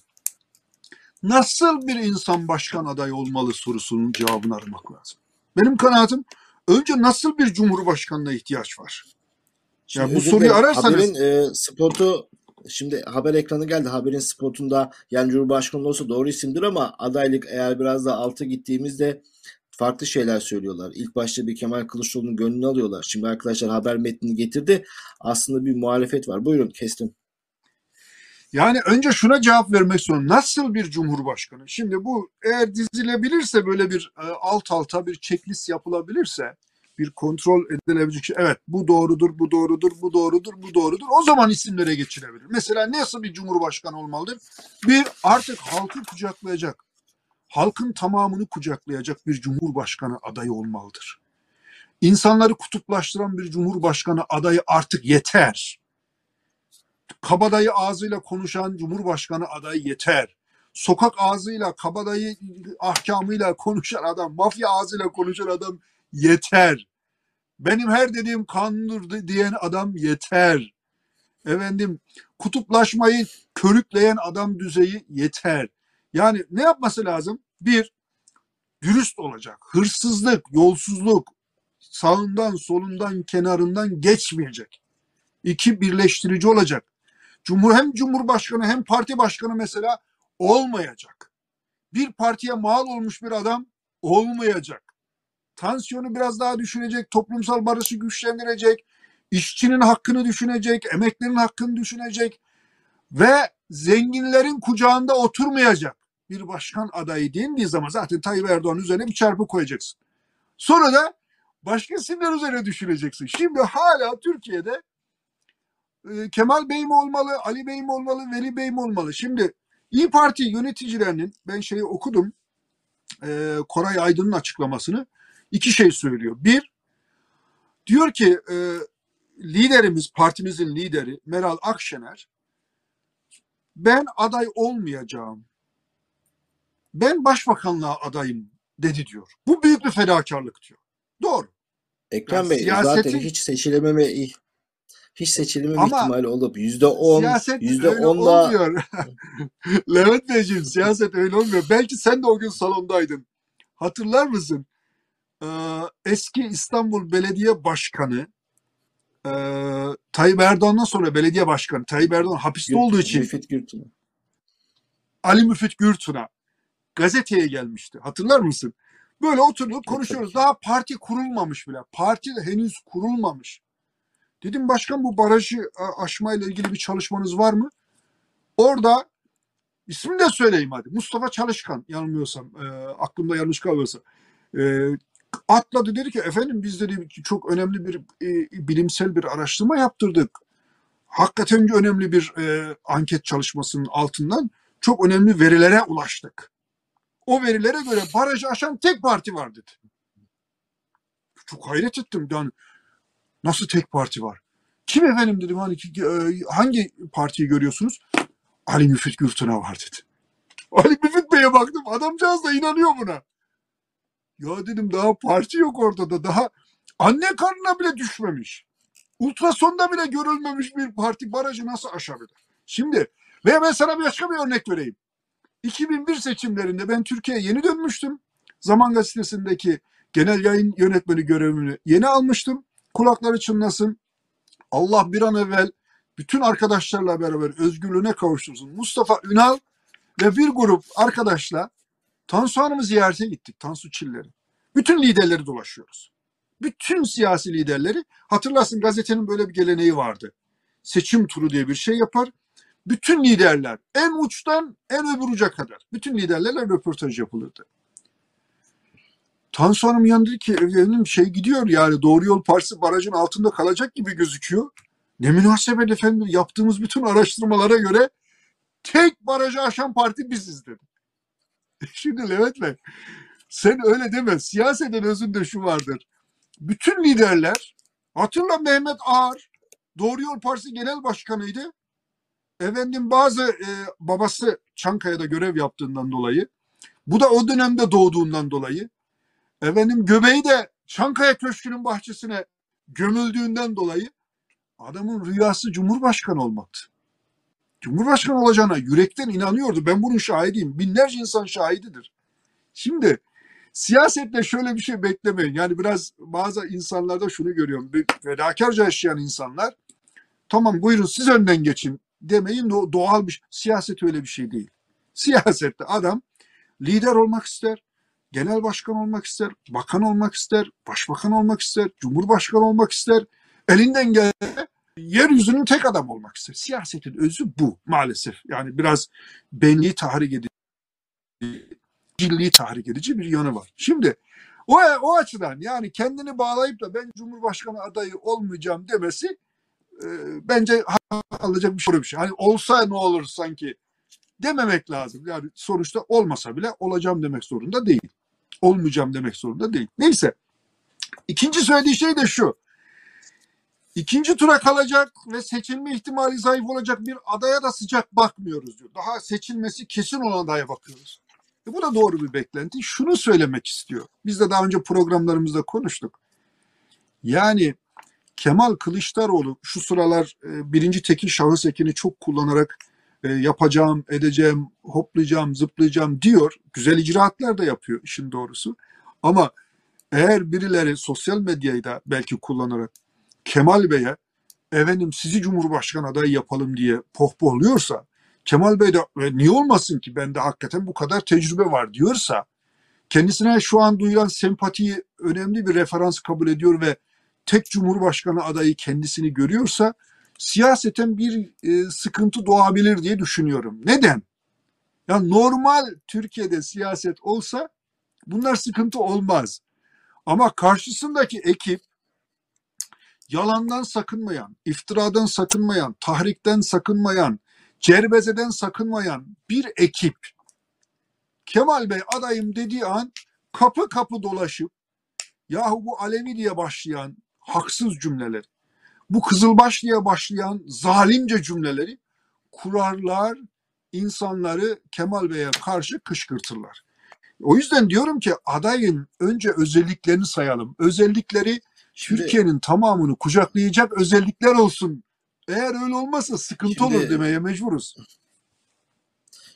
Nasıl bir insan başkan adayı olmalı sorusunun cevabını aramak lazım. Benim kanaatim önce nasıl bir cumhurbaşkanına ihtiyaç var? Şimdi Yani bu özür soruyu dilerim. ararsanız Haberin spotu, şimdi haber ekranı geldi. Haberin spotunda yani Cumhurbaşkanı olsa doğru isimdir ama adaylık eğer biraz daha altı gittiğimizde farklı şeyler söylüyorlar. İlk başta bir Kemal Kılıçdaroğlu'nun gönlünü alıyorlar. Şimdi arkadaşlar haber metnini getirdi. Aslında bir muhalefet var. Buyurun, kestim. yani önce şuna cevap vermek zorunda. Nasıl bir cumhurbaşkanı? Şimdi bu eğer dizilebilirse böyle bir alt alta bir checklist yapılabilirse bir kontrol edilebilecek şey. Evet bu doğrudur, bu doğrudur, bu doğrudur, bu doğrudur. O zaman isimlere geçilebilir. Mesela nasıl bir cumhurbaşkanı olmalıdır? Bir artık halkı kucaklayacak, halkın tamamını kucaklayacak bir cumhurbaşkanı adayı olmalıdır. İnsanları kutuplaştıran bir cumhurbaşkanı adayı artık yeter. Kabadayı ağzıyla konuşan cumhurbaşkanı adayı yeter. Sokak ağzıyla, kabadayı ahkamıyla konuşan adam, mafya ağzıyla konuşan adam yeter. Benim her dediğim kanundur diyen adam yeter. Efendim, kutuplaşmayı körükleyen adam düzeyi yeter. Yani ne yapması lazım? Bir, dürüst olacak. Hırsızlık, yolsuzluk, sağından, solundan, kenarından geçmeyecek. İki, birleştirici olacak. Hem cumhurbaşkanı hem parti başkanı mesela olmayacak. Bir partiye mal olmuş bir adam olmayacak. Tansiyonu biraz daha düşürecek, toplumsal barışı güçlendirecek, işçinin hakkını düşünecek, emeklerin hakkını düşünecek ve zenginlerin kucağında oturmayacak. Bir başkan adayı dendiği zaman zaten Tayyip Erdoğan üzerine bir çarpı koyacaksın. Sonra da başka isimler üzerine düşüneceksin. Şimdi hala Türkiye'de Kemal Bey mi olmalı, Ali Bey mi olmalı, Veli Bey mi olmalı? Şimdi İyi Parti yöneticilerinin, ben şeyi okudum, Koray Aydın'ın açıklamasını, iki şey söylüyor. Bir, diyor ki liderimiz, partimizin lideri Meral Akşener, ben aday olmayacağım, ben başbakanlığa adayım dedi diyor. Bu büyük bir fedakarlık diyor. Doğru. Yani Ekrem Bey zaten siyasetin hiç seçilememe ama ihtimali olup %10, siyaset yüzde öyle onla olmuyor. Levent Beyciğim siyaset öyle olmuyor. Belki sen de o gün salondaydın. Hatırlar mısın? Eski İstanbul Belediye Başkanı Tayyip Erdoğan'dan sonra belediye başkanı Tayyip Erdoğan hapiste olduğu için Müfit Gürtün'ü. Ali Müfit Gürtün'a gazeteye gelmişti. Hatırlar mısın? Böyle oturduk Tabii konuşuyoruz. ki. Daha parti kurulmamış bile. Parti de henüz kurulmamış. Dedim başkan bu barajı aşmayla ilgili bir çalışmanız var mı? Orada ismini de söyleyeyim hadi. Mustafa Çalışkan yanılmıyorsam, aklımda yanlış kalmıyorsa. E, Atladı dedi ki efendim biz dedi çok önemli bir bilimsel bir araştırma yaptırdık. Hakikaten önemli bir anket çalışmasının altından çok önemli verilere ulaştık. O verilere göre barajı aşan tek parti var dedi. Çok hayret ettim. Yani nasıl tek parti var? Kim efendim dedim hani hangi partiyi görüyorsunuz? Ali Müfit Gürtün'a var dedi. Ali Müfit Bey'e baktım. Adamcağız da inanıyor buna. Ya dedim daha parti yok ortada. Daha anne karnına bile düşmemiş. Ultrasonda bile görülmemiş bir parti barajı nasıl aşabilir? Şimdi ve ben sana başka bir örnek vereyim. 2001 seçimlerinde ben Türkiye'ye yeni dönmüştüm. Zaman Gazetesi'ndeki genel yayın yönetmeni görevini yeni almıştım. Kulakları çınlasın. Allah bir an evvel bütün arkadaşlarla beraber özgürlüğüne kavuştursun. Mustafa Ünal ve bir grup arkadaşla Tansu Hanım'ı ziyarete gittik. Tansu Çiller'i. Bütün liderleri dolaşıyoruz. Bütün siyasi liderleri. Hatırlarsın gazetenin böyle bir geleneği vardı. Seçim turu diye bir şey yapar. Bütün liderler en uçtan en öbür uca kadar. Bütün liderlerle röportaj yapılırdı. Tansu Hanım yanında dedi ki evlerinin şey gidiyor yani Doğru Yol Partisi barajın altında kalacak gibi gözüküyor. Ne münasebet efendim yaptığımız bütün araştırmalara göre tek barajı aşan parti biziz dedi. Şimdi Levent Bey sen öyle deme. Siyasetin özünde şu vardır. Bütün liderler hatırla Mehmet Ağar Doğru Yol Partisi Genel Başkanıydı. Efendim bazı babası Çankaya'da görev yaptığından dolayı bu da o dönemde doğduğundan dolayı efendim göbeği de Çankaya Köşkü'nün bahçesine gömüldüğünden dolayı adamın rüyası Cumhurbaşkanı olmaktı. Cumhurbaşkanı olacağına yürekten inanıyordu. Ben bunun şahidiyim. Binlerce insan şahididir. Şimdi siyasette şöyle bir şey beklemeyin. Yani biraz bazı insanlarda şunu görüyorum. Fedakarca yaşayan insanlar tamam buyurun siz önden geçin demeyin doğal bir şey. Siyaset öyle bir şey değil. Siyasette adam lider olmak ister, genel başkan olmak ister, bakan olmak ister, başbakan olmak ister, cumhurbaşkanı olmak ister. Elinden gelen yeryüzünün tek adam olmak ister. Siyasetin özü bu maalesef. Yani biraz benliği tahrik edici, cilliği tahrik edici bir yanı var. Şimdi o açıdan yani kendini bağlayıp da ben cumhurbaşkanı adayı olmayacağım demesi bence alacak bir şey. Hani olsa ne olur sanki dememek lazım. Yani sonuçta olmasa bile olacağım demek zorunda değil. Olmayacağım demek zorunda değil. Neyse. İkinci söylediği şey de şu. İkinci tura kalacak ve seçilme ihtimali zayıf olacak bir adaya da sıcak bakmıyoruz diyor. Daha seçilmesi kesin olan adaya bakıyoruz. Bu da doğru bir beklenti. Şunu söylemek istiyor. Biz de daha önce programlarımızda konuştuk. Yani Kemal Kılıçdaroğlu şu sıralar birinci tekil şahıs ekini çok kullanarak yapacağım, edeceğim, hoplayacağım, zıplayacağım diyor. Güzel icraatlar da yapıyor işin doğrusu. Ama eğer birileri sosyal medyayı da belki kullanarak Kemal Bey'e efendim sizi Cumhurbaşkanı adayı yapalım diye pohpohluyorsa, Kemal Bey de niye olmasın ki bende hakikaten bu kadar tecrübe var diyorsa, kendisine şu an duyulan sempatiyi önemli bir referans kabul ediyor ve tek Cumhurbaşkanı adayı kendisini görüyorsa siyaseten bir sıkıntı doğabilir diye düşünüyorum. Neden? Yani normal Türkiye'de siyaset olsa bunlar sıkıntı olmaz. Ama karşısındaki ekip yalandan sakınmayan, iftiradan sakınmayan, tahrikten sakınmayan, cerbezeden sakınmayan bir ekip Kemal Bey adayım dediği an kapı kapı dolaşıp yahu bu Alevi diye başlayan haksız cümleler, bu Kızılbaş diye başlayan zalimce cümleleri kurarlar, insanları Kemal Bey'e karşı kışkırtırlar. O yüzden diyorum ki adayın önce özelliklerini sayalım. Özellikleri Türkiye'nin tamamını kucaklayacak özellikler olsun. Eğer öyle olmazsa sıkıntı olur demeye mecburuz.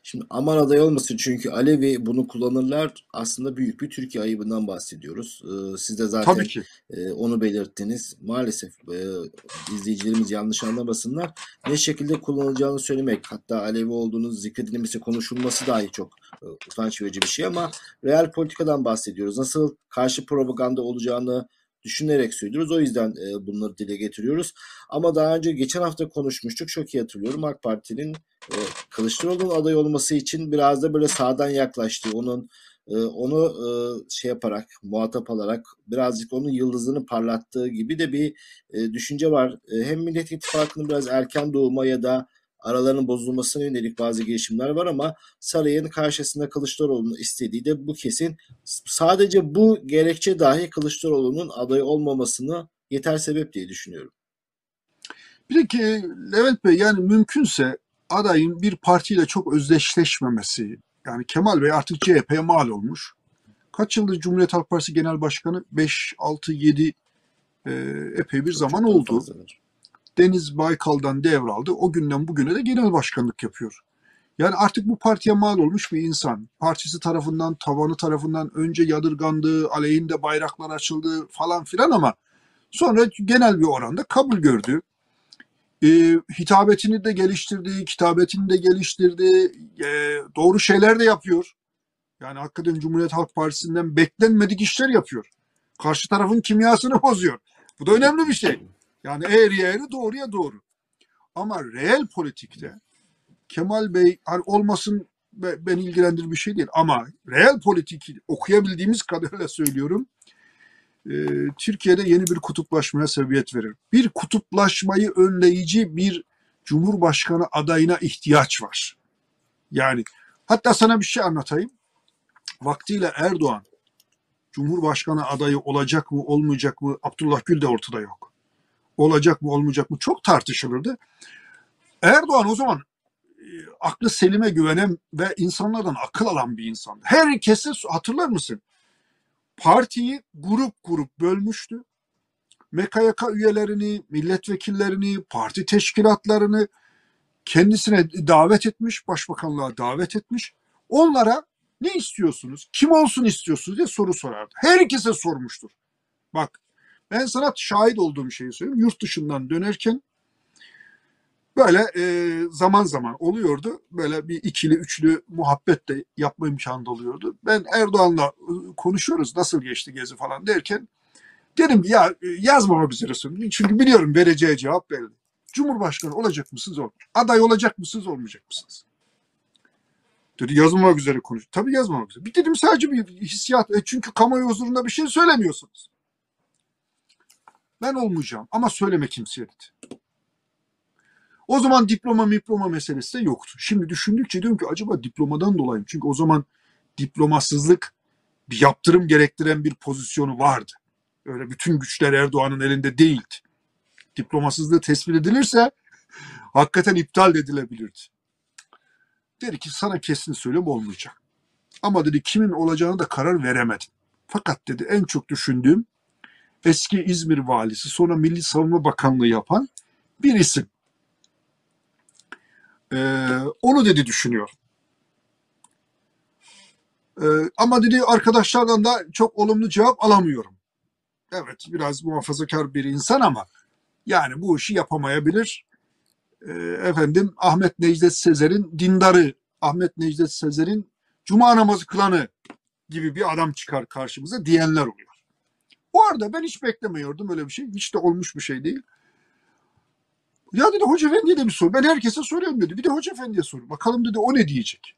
Şimdi aman aday olmasın, çünkü Alevi bunu kullanırlar. Aslında büyük bir Türkiye ayıbından bahsediyoruz. Siz de Tabii zaten ki. onu belirttiniz. Maalesef izleyicilerimiz yanlış anlamasınlar. Ne şekilde kullanılacağını söylemek, hatta Alevi olduğunuz zikredilmesi, konuşulması dahi çok utanç verici bir şey, ama real politikadan bahsediyoruz. Nasıl karşı propaganda olacağını düşünerek söylüyoruz. O yüzden bunları dile getiriyoruz. Ama daha önce geçen hafta konuşmuştuk. Çok iyi hatırlıyorum. AK Parti'nin e, Kılıçdaroğlu'nun aday olması için biraz da böyle sağdan yaklaştığı, onu şey yaparak, muhatap alarak birazcık onun yıldızını parlattığı gibi de bir düşünce var. Hem Millet İttifakı'nın biraz erken doğuma ya da aralarının bozulmasına yönelik bazı girişimler var, ama sarayın karşısında Kılıçdaroğlu'nun istediği de bu kesin. Sadece bu gerekçe dahi Kılıçdaroğlu'nun aday olmamasını yeter sebep diye düşünüyorum. Bir de ki Levent Bey, yani mümkünse adayın bir partiyle çok özdeşleşmemesi. Yani Kemal Bey artık CHP'ye mal olmuş. Kaç yıldır Cumhuriyet Halk Partisi Genel Başkanı? 5, 6, 7 epey bir Çok zaman çok daha oldu. fazladır. Deniz Baykal'dan devraldı. O günden bugüne de genel başkanlık yapıyor. Yani artık bu partiye mal olmuş bir insan. Partisi tarafından, tabanı tarafından önce yadırgandı, aleyhinde bayraklar açıldı falan filan, ama sonra genel bir oranda kabul gördü. Hitabetini de geliştirdi, kitabetini de geliştirdi, doğru şeyler de yapıyor. Yani hakikaten Cumhuriyet Halk Partisi'nden beklenmedik işler yapıyor. Karşı tarafın kimyasını bozuyor. Bu da önemli bir şey. Yani eğriye eğri, doğruya doğru. Ama reel politikte Kemal Bey, hani olmasın, beni ilgilendirir bir şey değil. Ama reel politik okuyabildiğimiz kadarıyla söylüyorum. Türkiye'de yeni bir kutuplaşmaya sebebiyet verir. Bir kutuplaşmayı önleyici bir Cumhurbaşkanı adayına ihtiyaç var. Yani hatta sana bir şey anlatayım. Vaktiyle Erdoğan Cumhurbaşkanı adayı olacak mı olmayacak mı, Abdullah Gül de ortada yok. Olacak mı olmayacak mı çok tartışılırdı. Erdoğan o zaman aklı selime güvenen ve insanlardan akıl alan bir insandı. Herkese, hatırlar mısın? Partiyi grup grup bölmüştü. MKYK üyelerini, milletvekillerini, parti teşkilatlarını kendisine davet etmiş, başbakanlığa davet etmiş. Onlara ne istiyorsunuz, kim olsun istiyorsunuz diye soru sorardı. Herkese sormuştur. Bak, ben sana şahit olduğum şeyi söyleyeyim. Yurt dışından dönerken böyle zaman zaman oluyordu. Böyle bir ikili, üçlü muhabbet de yapma imkanı da oluyordu. Ben Erdoğan'la konuşuyoruz, nasıl geçti gezi falan derken, dedim ki ya yazmamak üzeresin. Çünkü biliyorum vereceği cevap belli. Cumhurbaşkanı olacak mısınız? Aday olacak mısınız? Olmayacak mısınız? Dedi yazmamak üzere konuş. Tabii yazmamak üzere. Bir dedim sadece bir hissiyat. Çünkü kamuoyu huzurunda bir şey söylemiyorsunuz. Ben olmayacağım ama söyleme kimseye dedi. O zaman diploma meselesi de yoktu. Şimdi düşündükçe diyorum ki acaba diplomadan dolayı mı? Çünkü o zaman diplomasızlık bir yaptırım gerektiren bir pozisyonu vardı. Öyle bütün güçler Erdoğan'ın elinde değildi. Diplomasızlığı tespit edilirse hakikaten iptal edilebilirdi. Dedi ki sana kesin söylüyorum olmayacak. Ama dedi kimin olacağını da karar veremedim. Fakat dedi en çok düşündüğüm eski İzmir valisi, sonra Milli Savunma Bakanlığı yapan bir isim. Onu dedi düşünüyor. Ama dedi arkadaşlardan da çok olumlu cevap alamıyorum. Evet, biraz muhafazakar bir insan ama yani bu işi yapamayabilir. Efendim Ahmet Necdet Sezer'in dindarı, Ahmet Necdet Sezer'in cuma namazı kılanı gibi bir adam çıkar karşımıza diyenler oluyor. Bu arada ben hiç beklemiyordum öyle bir şey. Hiç de olmuş bir şey değil. Ya dedi Hoca Efendi'ye de bir sor. Ben herkese soruyorum dedi. Bir de Hoca Efendi'ye sor. Bakalım dedi o ne diyecek.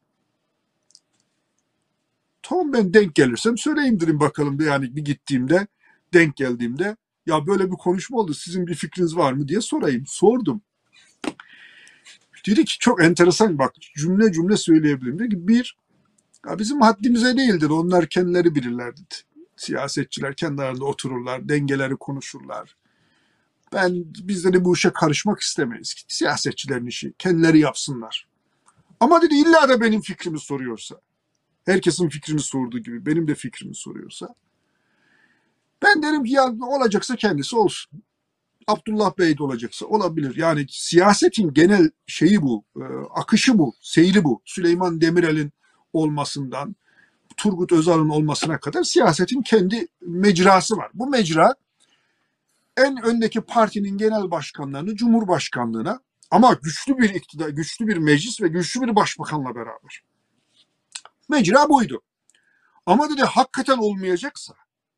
Tamam ben denk gelirsem söyleyeyim dedim bakalım. Yani bir gittiğimde, denk geldiğimde ya böyle bir konuşma oldu. Sizin bir fikriniz var mı diye sorayım. Sordum. Dedi ki çok enteresan, bak cümle cümle söyleyebilirim. Dedi ki bir, ya bizim haddimize değildir. Onlar kendileri bilirler dedi. Siyasetçiler kendi arasında otururlar, dengeleri konuşurlar. Biz dedi bu işe karışmak istemeyiz. Siyasetçilerin işi, kendileri yapsınlar. Ama dedi illa da benim fikrimi soruyorsa, herkesin fikrini sorduğu gibi benim de fikrimi soruyorsa, ben derim ki ya olacaksa kendisi olsun. Abdullah Bey de olacaksa olabilir. Yani siyasetin genel şeyi bu, akışı bu, seyri bu. Süleyman Demirel'in olmasından Turgut Özal'ın olmasına kadar siyasetin kendi mecrası var. Bu mecra en öndeki partinin genel başkanlarını Cumhurbaşkanlığına, ama güçlü bir iktidar, güçlü bir meclis ve güçlü bir başbakanla beraber. Mecra buydu. Ama dedi hakikaten olmayacaksa,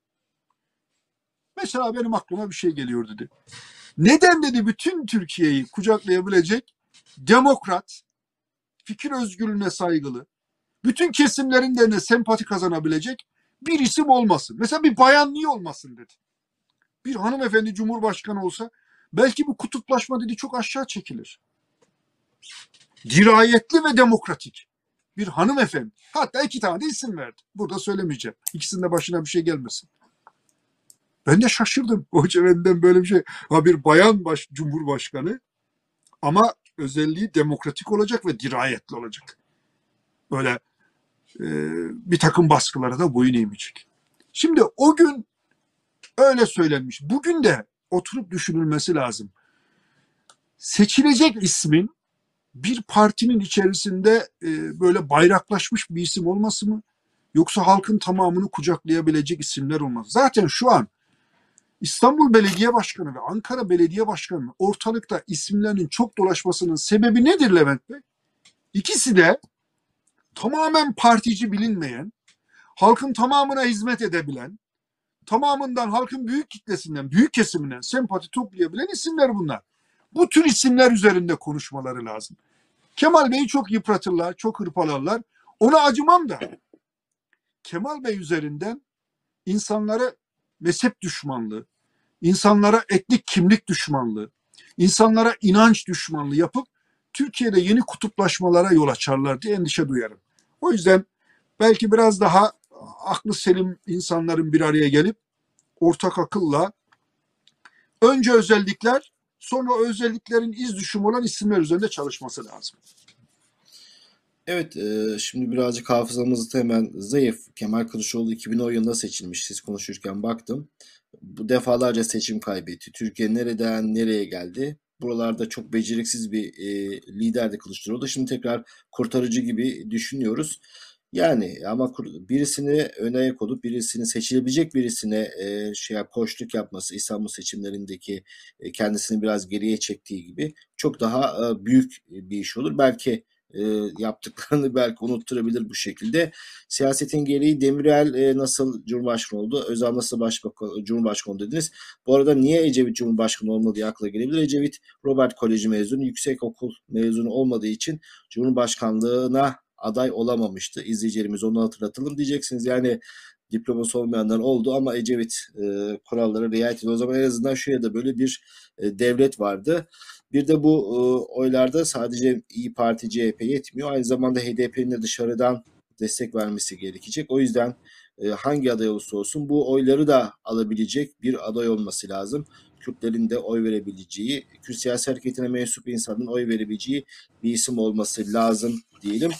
mesela benim aklıma bir şey geliyor dedi. Neden dedi bütün Türkiye'yi kucaklayabilecek demokrat, fikir özgürlüğüne saygılı, bütün kesimlerin de sempati kazanabilecek bir isim olmasın. Mesela bir bayan niye olmasın dedi. Bir hanımefendi cumhurbaşkanı olsa belki bu kutuplaşma dedi çok aşağı çekilir. Dirayetli ve demokratik bir hanımefendi. Hatta 2 tane de isim verdi. Burada söylemeyeceğim. İkisinin de başına bir şey gelmesin. Ben de şaşırdım. Hoca benden böyle bir şey. Ha, bir bayan cumhurbaşkanı ama özelliği demokratik olacak ve dirayetli olacak. Böyle bir takım baskılara da boyun eğmeyecek. Şimdi o gün öyle söylenmiş. Bugün de oturup düşünülmesi lazım. Seçilecek ismin bir partinin içerisinde böyle bayraklaşmış bir isim olması mı? Yoksa halkın tamamını kucaklayabilecek isimler olması. Zaten şu an İstanbul Belediye Başkanı ve Ankara Belediye Başkanı ortalıkta isimlerinin çok dolaşmasının sebebi nedir Levent Bey? İkisi de tamamen partici bilinmeyen, halkın tamamına hizmet edebilen, tamamından halkın büyük kitlesinden, büyük kesiminden sempati toplayabilen isimler bunlar. Bu tür isimler üzerinde konuşmaları lazım. Kemal Bey'i çok yıpratırlar, çok hırpalarlar. Ona acımam da Kemal Bey üzerinden insanlara mezhep düşmanlığı, insanlara etnik kimlik düşmanlığı, insanlara inanç düşmanlığı yapıp Türkiye'de yeni kutuplaşmalara yol açarlar diye endişe duyarım. O yüzden belki biraz daha aklı selim insanların bir araya gelip ortak akılla önce özellikler, sonra o özelliklerin iz düşümü olan isimler üzerinde çalışması lazım. Evet, şimdi birazcık hafızamız da hemen zayıf. Kemal Kılıçdaroğlu 2010 yılında seçilmiş. Siz konuşurken baktım. Bu defalarca seçim kaybetti. Türkiye nereden nereye geldi? Buralarda çok beceriksiz bir liderdi Kılıçdaroğlu. Şimdi tekrar kurtarıcı gibi düşünüyoruz. Yani ama birisini öne ayak olup birisini seçilebilecek birisine koçluk yapması İstanbul seçimlerindeki kendisini biraz geriye çektiği gibi çok daha büyük bir iş olur. Belki yaptıklarını belki unutturabilir bu şekilde. Siyasetin gereği Demirel nasıl Cumhurbaşkanı oldu? Özal nasıl Cumhurbaşkanı oldu dediniz. Bu arada niye Ecevit Cumhurbaşkanı olmadı diye akla gelebilir. Ecevit Robert Koleji mezunu, yüksekokul mezunu olmadığı için Cumhurbaşkanlığına aday olamamıştı. İzleyicilerimiz onu hatırlatalım diyeceksiniz. Yani diploması olmayanlar oldu ama Ecevit kurallara riayet ediyor. O zaman en azından şuraya da böyle bir devlet vardı. Bir de bu oylarda sadece İyi Parti, CHP yetmiyor. Aynı zamanda HDP'nin de dışarıdan destek vermesi gerekecek. O yüzden hangi aday olursa olsun bu oyları da alabilecek bir aday olması lazım. Kürtlerin de oy verebileceği, Kürt siyasi hareketine mensup insanın oy verebileceği bir isim olması lazım diyelim.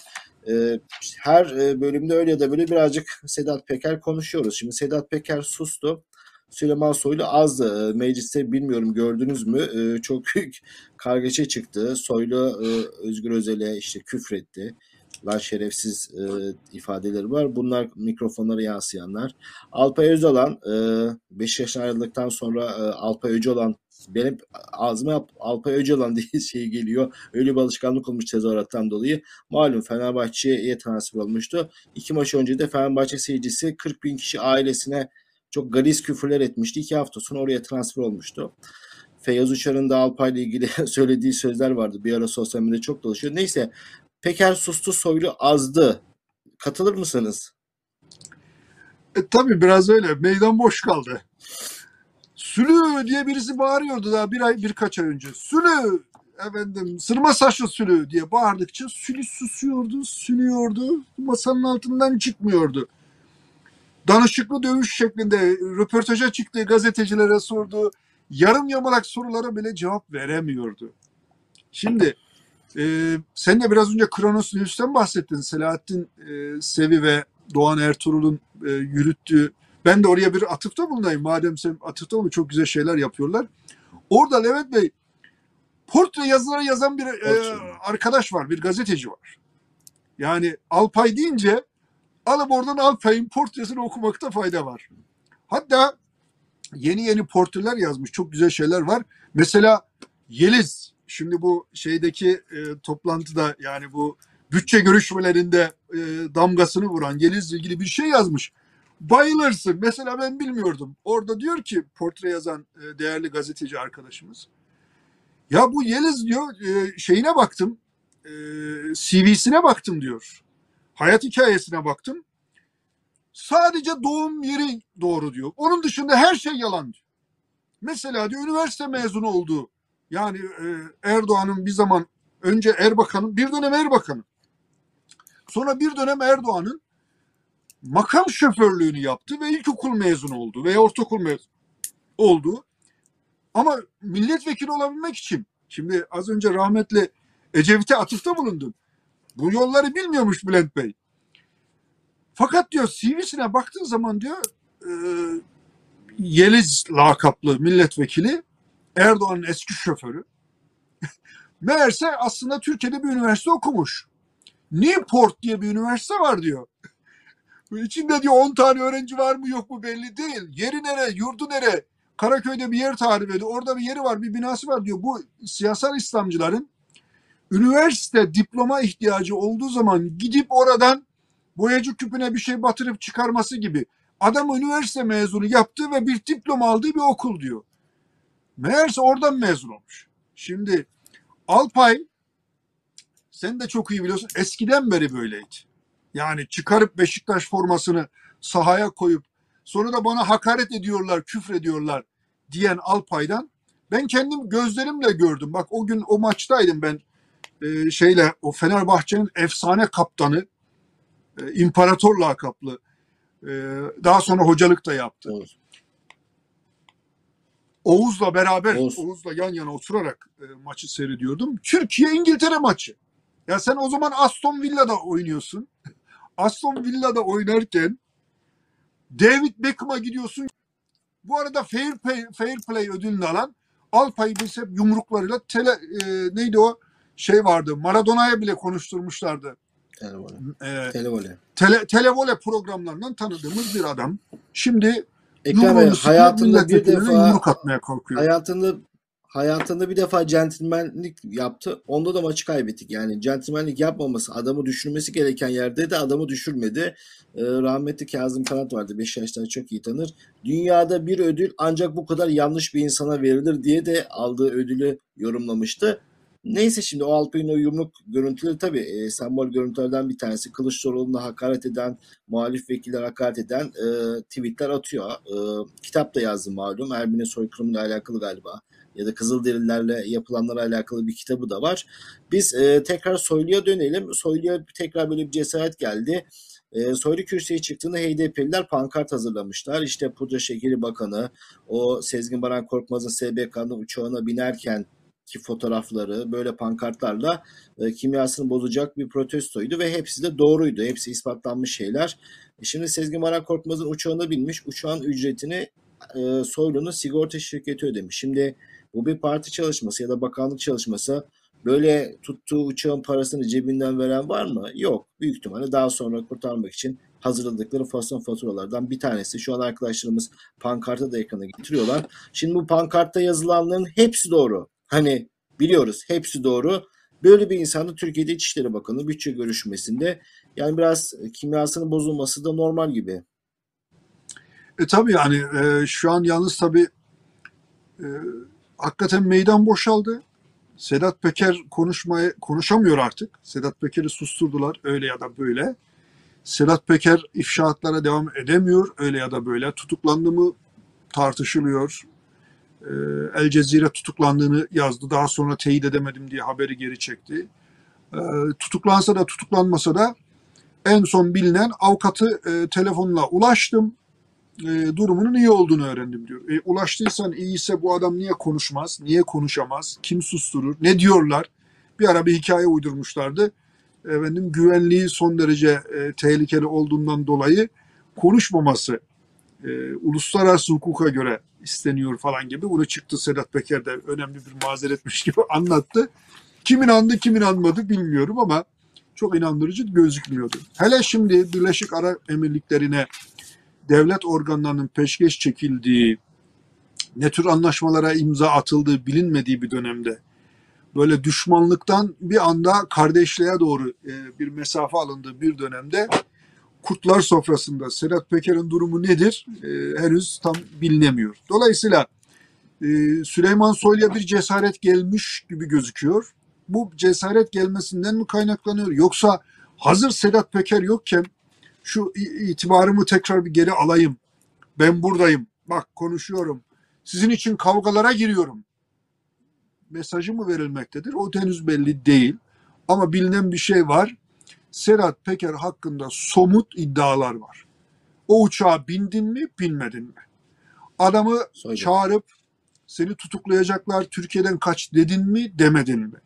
Her bölümde öyle ya da böyle birazcık Sedat Peker konuşuyoruz. Şimdi Sedat Peker sustu. Süleyman Soylu azdı. Mecliste bilmiyorum gördünüz mü? Çok büyük kargaşa çıktı. Soylu Özgür Özel'e işte küfretti. Lan şerefsiz ifadeleri var. Bunlar mikrofonlara yansıyanlar. Alpay Özalan 5 yaşına ayrıldıktan sonra Alpay Öcalan benim ağzıma Alpay Öcalan diye şey geliyor. Öyle bir alışkanlık olmuş tezahürattan dolayı. Malum Fenerbahçe'ye transfer olmuştu. 2 maç önce de Fenerbahçe seyircisi 40 bin kişi ailesine çok galis küfürler etmişti. 2 hafta sonra oraya transfer olmuştu. Feyyaz Uçar'ın da Alpay'la ilgili söylediği sözler vardı. Bir ara sosyal medyada çok dolaşıyor. Neyse Peker sustu, Soylu azdı. Katılır mısınız? Tabii biraz öyle. Meydan boş kaldı. Sülü diye birisi bağırıyordu daha birkaç ay önce. Sülü, efendim, sırma saçlı Sülü diye bağırdıkça Sülü susuyordu, sünüyordu, masanın altından çıkmıyordu. Danışıklı dövüş şeklinde röportaja çıktı, gazetecilere sordu. Yarım yamalak sorulara bile cevap veremiyordu. Şimdi sen de biraz önce Kronos News'ten bahsettin. Selahattin Sevi ve Doğan Ertuğrul'un yürüttüğü. Ben de oraya bir atıfta bulunayım. Madem sen atıfta bulun, çok güzel şeyler yapıyorlar. Orada Levent Bey portre yazıları yazan bir Portre. arkadaş var, bir gazeteci var. Yani Alpay deyince alıp oradan Alpay'ın portresini okumakta fayda var. Hatta yeni yeni portreler yazmış. Çok güzel şeyler var. Mesela Yeliz. Şimdi bu şeydeki toplantıda, yani bu bütçe görüşmelerinde damgasını vuran Yeliz'le ilgili bir şey yazmış. Bayılırsın. Mesela ben bilmiyordum. Orada diyor ki portre yazan değerli gazeteci arkadaşımız. Ya bu Yeliz diyor, şeyine baktım. CV'sine baktım diyor. Hayat hikayesine baktım. Sadece doğum yeri doğru diyor. Onun dışında her şey yalan diyor. Mesela diyor üniversite mezunu olduğu, yani Erdoğan'ın bir zaman önce Erbakan'ın, bir dönem Erbakan'ın, sonra bir dönem Erdoğan'ın makam şoförlüğünü yaptı ve ilkokul mezunu oldu veya ortaokul mezunu oldu. Ama milletvekili olabilmek için, şimdi az önce rahmetli Ecevit'e atıfta bulundum. Bu yolları bilmiyormuş Bülent Bey. Fakat diyor CV'sine baktığın zaman diyor e, Yeliz lakaplı milletvekili, Erdoğan'ın eski şoförü. Meğerse aslında Türkiye'de bir üniversite okumuş. Newport diye bir üniversite var diyor. İçinde diyor 10 tane öğrenci var mı yok mu belli değil. Yeri nere, yurdu nere? Karaköy'de bir yer tarif ediyor. Orada bir yeri var, bir binası var diyor. Bu siyasal İslamcıların üniversite diploma ihtiyacı olduğu zaman gidip oradan boyacı küpüne bir şey batırıp çıkarması gibi. Adam üniversite mezunu yaptı ve bir diploma aldığı bir okul diyor. Meğerse oradan mezun olmuş. Şimdi Alpay, sen de çok iyi biliyorsun, eskiden beri böyleydi. Yani çıkarıp Beşiktaş formasını sahaya koyup sonra da bana hakaret ediyorlar, küfrediyorlar diyen Alpay'dan ben kendim gözlerimle gördüm. Bak o gün o maçtaydım ben, o Fenerbahçe'nin efsane kaptanı, İmparator lakaplı, daha sonra hocalık da yaptı. Oğuz. Oğuz'la beraber, Oğuz. Oğuz'la yan yana oturarak maçı seyrediyordum. Türkiye-İngiltere maçı. Ya sen o zaman Aston Villa'da oynuyorsun. Aston Villa'da oynarken David Beckham'a gidiyorsun. Bu arada Fair Play ödülünü alan Alpay'ı biz hep yumruklarıyla neydi o şey vardı. Maradona'ya bile konuşturmuşlardı. Televole. Televole programlarından tanıdığımız bir adam. Şimdi Ekrem Bey hayatında bir defa yumruk atmaya kalkıyor. hayatında bir defa centilmenlik yaptı. Onda da maçı kaybettik. Yani centilmenlik yapmaması, adamı düşürmesi gereken yerde de adamı düşürmedi. Rahmetli Kazım Kanat vardı. Beşiktaş'tan çok iyi tanır. Dünyada bir ödül ancak bu kadar yanlış bir insana verilir diye de aldığı ödülü yorumlamıştı. Neyse şimdi o Alpay'ın o yumruk görüntüleri tabii sembol görüntülerden bir tanesi. Kılıçdaroğlu'na hakaret eden, muhalif vekiller hakaret eden tweetler atıyor. Kitap da yazdı malum. Ermeni soykırımıyla alakalı galiba. Ya da Kızılderililerle yapılanlara alakalı bir kitabı da var. Biz tekrar Soylu'ya dönelim. Soylu'ya tekrar böyle bir cesaret geldi. Soylu kürsüye çıktığında HDP'liler pankart hazırlamışlar. İşte Pudra Şekeri Bakanı, o Sezgin Baran Korkmaz'ın SBK'nın uçağına binerken ki fotoğrafları böyle pankartlarla kimyasını bozacak bir protestoydu ve hepsi de doğruydu. Hepsi ispatlanmış şeyler. Şimdi Sezgin Baran Korkmaz'ın uçağına binmiş. Uçağın ücretini Soylu'nun sigorta şirketi ödemiş. Şimdi bu bir parti çalışması ya da bakanlık çalışması. Böyle tuttuğu uçağın parasını cebinden veren var mı? Yok. Büyük ihtimalle daha sonra kurtarmak için hazırladıkları fason faturalardan bir tanesi. Şu an arkadaşlarımız pankartı da ekrana getiriyorlar. Şimdi bu pankartta yazılanların hepsi doğru. Hani biliyoruz hepsi doğru. Böyle bir insanda Türkiye'de İçişleri Bakanı bütçe görüşmesinde yani biraz kimyasının bozulması da normal gibi. Tabii yani şu an yalnız tabii hakikaten meydan boşaldı. Sedat Peker konuşamıyor artık. Sedat Peker'i susturdular öyle ya da böyle. Sedat Peker ifşaatlara devam edemiyor öyle ya da böyle. Tutuklandı mı tartışılıyor. El Cezire tutuklandığını yazdı. Daha sonra teyit edemedim diye haberi geri çekti. Tutuklansa da tutuklanmasa da en son bilinen avukatı telefonla ulaştım. Durumunun iyi olduğunu öğrendim diyor. Ulaştıysan iyiyse bu adam niye konuşmaz? Niye konuşamaz? Kim susturur? Ne diyorlar? Bir ara bir hikaye uydurmuşlardı. Efendim güvenliği son derece tehlikeli olduğundan dolayı konuşmaması uluslararası hukuka göre isteniyor falan gibi. Bunu çıktı Sedat Peker de önemli bir mazeretmiş gibi anlattı. Kim inandı kim inanmadı bilmiyorum ama çok inandırıcı gözükmüyordu. Hele şimdi Birleşik Arap Emirlikleri'ne devlet organlarının peşkeş çekildiği, ne tür anlaşmalara imza atıldığı bilinmediği bir dönemde böyle düşmanlıktan bir anda kardeşliğe doğru bir mesafe alındığı bir dönemde kurtlar sofrasında Sedat Peker'in durumu nedir henüz tam bilinemiyor. Dolayısıyla Süleyman Soylu'ya bir cesaret gelmiş gibi gözüküyor. Bu cesaret gelmesinden mi kaynaklanıyor yoksa hazır Sedat Peker yokken şu itibarımı tekrar bir geri alayım, ben buradayım, bak konuşuyorum, sizin için kavgalara giriyorum mesajı mı verilmektedir? O henüz belli değil. Ama bilinen bir şey var. Sedat Peker hakkında somut iddialar var. O uçağa bindin mi, binmedin mi? Adamı Söyle. çağırıp seni tutuklayacaklar, Türkiye'den kaç dedin mi, demedin mi?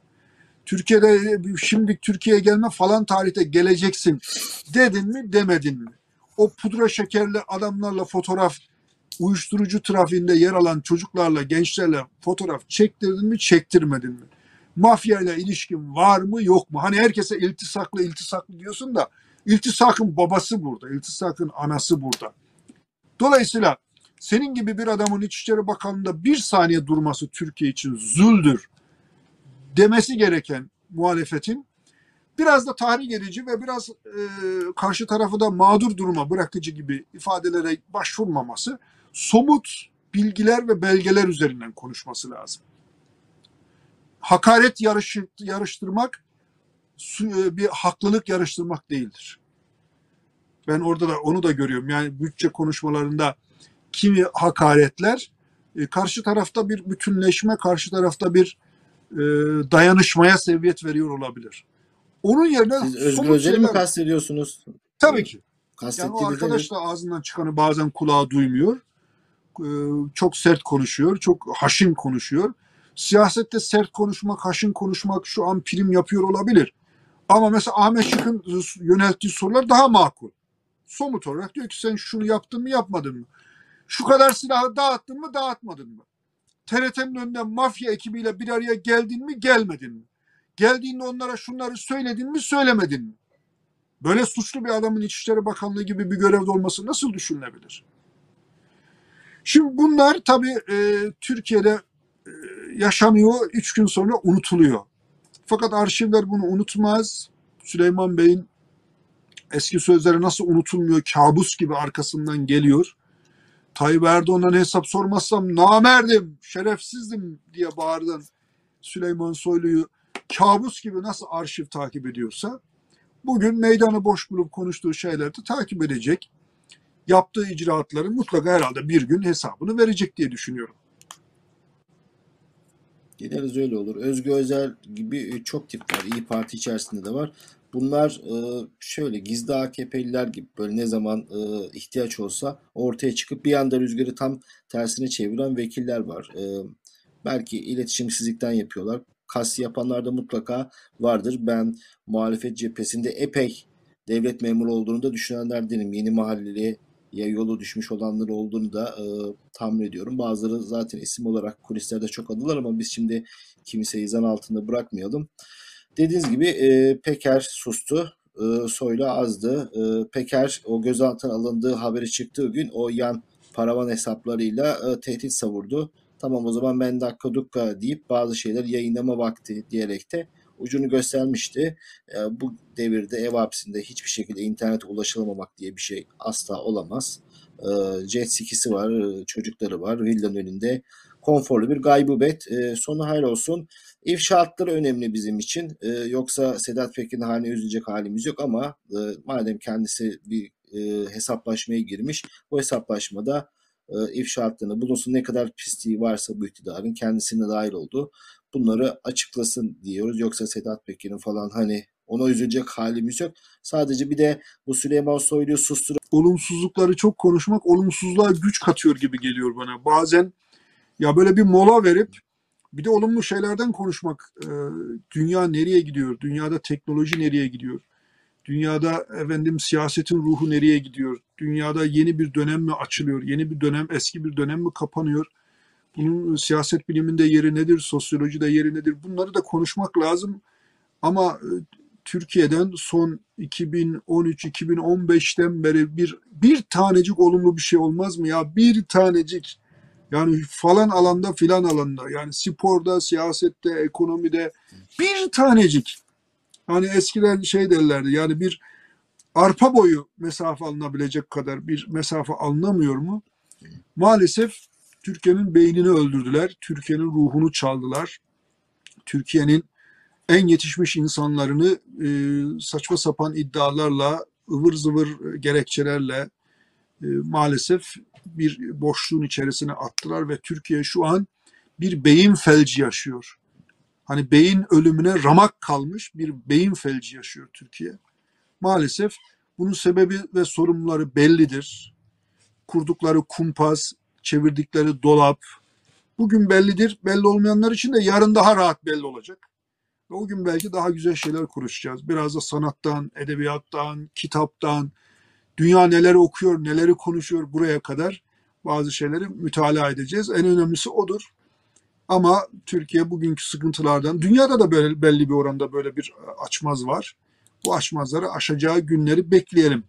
Şimdi Türkiye'ye gelme falan tarihte geleceksin dedin mi, demedin mi? O pudra şekerli adamlarla fotoğraf, uyuşturucu trafiğinde yer alan çocuklarla, gençlerle fotoğraf çektirdin mi, çektirmedin mi? Mafyayla ilişkin var mı, yok mu? Hani herkese iltisaklı diyorsun da iltisakın babası burada, iltisakın anası burada. Dolayısıyla senin gibi bir adamın İçişleri Bakanlığı'nda bir saniye durması Türkiye için zuldür demesi gereken muhalefetin biraz da tahrik edici ve biraz karşı tarafı da mağdur duruma bırakıcı gibi ifadelere başvurmaması, somut bilgiler ve belgeler üzerinden konuşması lazım. Hakaret yarıştırmak bir haklılık yarıştırmak değildir. Ben orada da onu da görüyorum. Yani bütçe konuşmalarında kimi hakaretler karşı tarafta bir bütünleşme, karşı tarafta bir dayanışmaya sebebiyet veriyor olabilir. Onun yerine Siz Özgür somut Özel'i mi şeyler. kastediyorsunuz? Tabii ki. Yani o Kastettiğiniz arkadaş nedir? da ağzından çıkanı bazen kulağı duymuyor. Çok sert konuşuyor, çok haşin konuşuyor. Siyasette sert konuşmak, haşin konuşmak şu an prim yapıyor olabilir. Ama mesela Ahmet Şık'ın yönelttiği sorular daha makul. Somut olarak diyor ki sen şunu yaptın mı, yapmadın mı? Şu kadar silahı dağıttın mı, dağıtmadın mı? TRT'nin önünde mafya ekibiyle bir araya geldin mi, gelmedin mi? Geldiğinde onlara şunları söyledin mi, söylemedin mi? Böyle suçlu bir adamın İçişleri Bakanlığı gibi bir görevde olması nasıl düşünülebilir? Şimdi bunlar tabii Türkiye'de yaşanıyor, 3 gün sonra unutuluyor. Fakat arşivler bunu unutmaz. Süleyman Bey'in eski sözleri nasıl unutulmuyor, kabus gibi arkasından geliyor. Tayyip Erdoğan'dan hesap sormazsam namerdim, şerefsizdim diye bağırdan Süleyman Soylu'yu kabus gibi nasıl arşiv takip ediyorsa bugün meydanı boş bulup konuştuğu şeyleri de takip edecek. Yaptığı icraatların mutlaka herhalde bir gün hesabını verecek diye düşünüyorum. Gideriz öyle olur. Özgür Özel gibi çok tip var. İyi Parti içerisinde de var. Bunlar şöyle gizli AKP'liler gibi böyle ne zaman ihtiyaç olsa ortaya çıkıp bir anda rüzgarı tam tersine çeviren vekiller var. Belki iletişimsizlikten yapıyorlar. Kasti yapanlar da mutlaka vardır. Ben muhalefet cephesinde epey devlet memuru olduğunu da düşünenlerdenim. Yeni mahalleli ya yolu düşmüş olanlar olduğunu da tahmin ediyorum. Bazıları zaten isim olarak kulislerde çok adılar ama biz şimdi kimseyi zan altında bırakmayalım. Dediğiniz gibi Peker sustu. Soylu azdı. Peker o gözaltına alındığı haberi çıktığı gün o yan paravan hesaplarıyla tehdit savurdu. Tamam o zaman ben dakika dukka deyip bazı şeyler yayınlama vakti diyerek de ucunu göstermişti. Bu devirde ev hapsinde hiçbir şekilde internete ulaşılamamak diye bir şey asla olamaz. Jet ski'si var, çocukları var, villanın önünde konforlu bir gaybubet. Sonu hayır olsun. İfşaatları önemli bizim için. Yoksa Sedat Peker'in haline üzülecek halimiz yok ama madem kendisi bir hesaplaşmaya girmiş, bu hesaplaşmada ifşaatlarını bulunsun ne kadar pisliği varsa bu iktidarın kendisine dahil olduğu bunları açıklasın diyoruz. Yoksa Sedat Peker'in falan hani ona üzülecek halimiz yok. Sadece bir de bu Süleyman Soylu'yu susturup Olumsuzlukları çok konuşmak olumsuzluğa güç katıyor gibi geliyor bana. Bazen ya böyle bir mola verip bir de olumlu şeylerden konuşmak. Dünya nereye gidiyor? Dünyada teknoloji nereye gidiyor? Dünyada efendim siyasetin ruhu nereye gidiyor? Dünyada yeni bir dönem mi açılıyor? Yeni bir dönem, eski bir dönem mi kapanıyor? Bunun siyaset biliminde yeri nedir? Sosyolojide yeri nedir? Bunları da konuşmak lazım. Ama Türkiye'den son 2013-2015'ten beri bir tanecik olumlu bir şey olmaz mı ya? Bir tanecik. Yani falan alanda filan alanda. Yani sporda, siyasette, ekonomide bir tanecik. Hani eskiden şey derlerdi, yani bir arpa boyu mesafe alınabilecek kadar bir mesafe alınamıyor mu? Maalesef Türkiye'nin beynini öldürdüler. Türkiye'nin ruhunu çaldılar. Türkiye'nin en yetişmiş insanlarını saçma sapan iddialarla, ıvır zıvır gerekçelerle maalesef bir boşluğun içerisine attılar ve Türkiye şu an bir beyin felci yaşıyor. Hani beyin ölümüne ramak kalmış bir beyin felci yaşıyor Türkiye. Maalesef bunun sebebi ve sorumluları bellidir. Kurdukları kumpas, çevirdikleri dolap bugün bellidir. Belli olmayanlar için de yarın daha rahat belli olacak. Ve o gün belki daha güzel şeyler konuşacağız. Biraz da sanattan, edebiyattan, kitaptan, dünya neleri okuyor, neleri konuşuyor buraya kadar bazı şeyleri mütalaa edeceğiz. En önemlisi odur. Ama Türkiye bugünkü sıkıntılardan, dünyada da böyle belli bir oranda böyle bir açmaz var. Bu açmazları aşacağı günleri bekleyelim.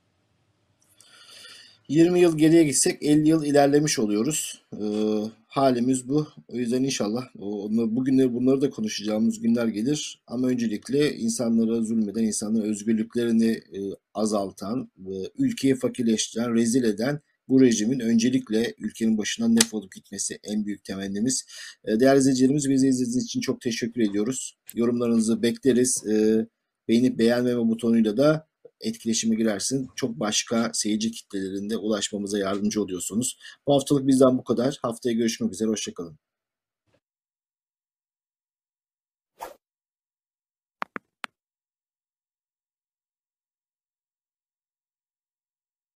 20 yıl geriye gitsek 50 yıl ilerlemiş oluyoruz. Halimiz bu. O yüzden inşallah bugünleri bunları da konuşacağımız günler gelir. Ama öncelikle insanlara zulmeden, insanların özgürlüklerini azaltan, ülkeyi fakirleştiren, rezil eden bu rejimin öncelikle ülkenin başından defolup gitmesi en büyük temennimiz. Değerli izleyicilerimiz, bizi izlediğiniz için çok teşekkür ediyoruz. Yorumlarınızı bekleriz. Beğenip beğenmeme butonuyla da etkileşime girersin. Çok başka seyirci kitlelerinde ulaşmamıza yardımcı oluyorsunuz. Bu haftalık bizden bu kadar. Haftaya görüşmek üzere. Hoşçakalın.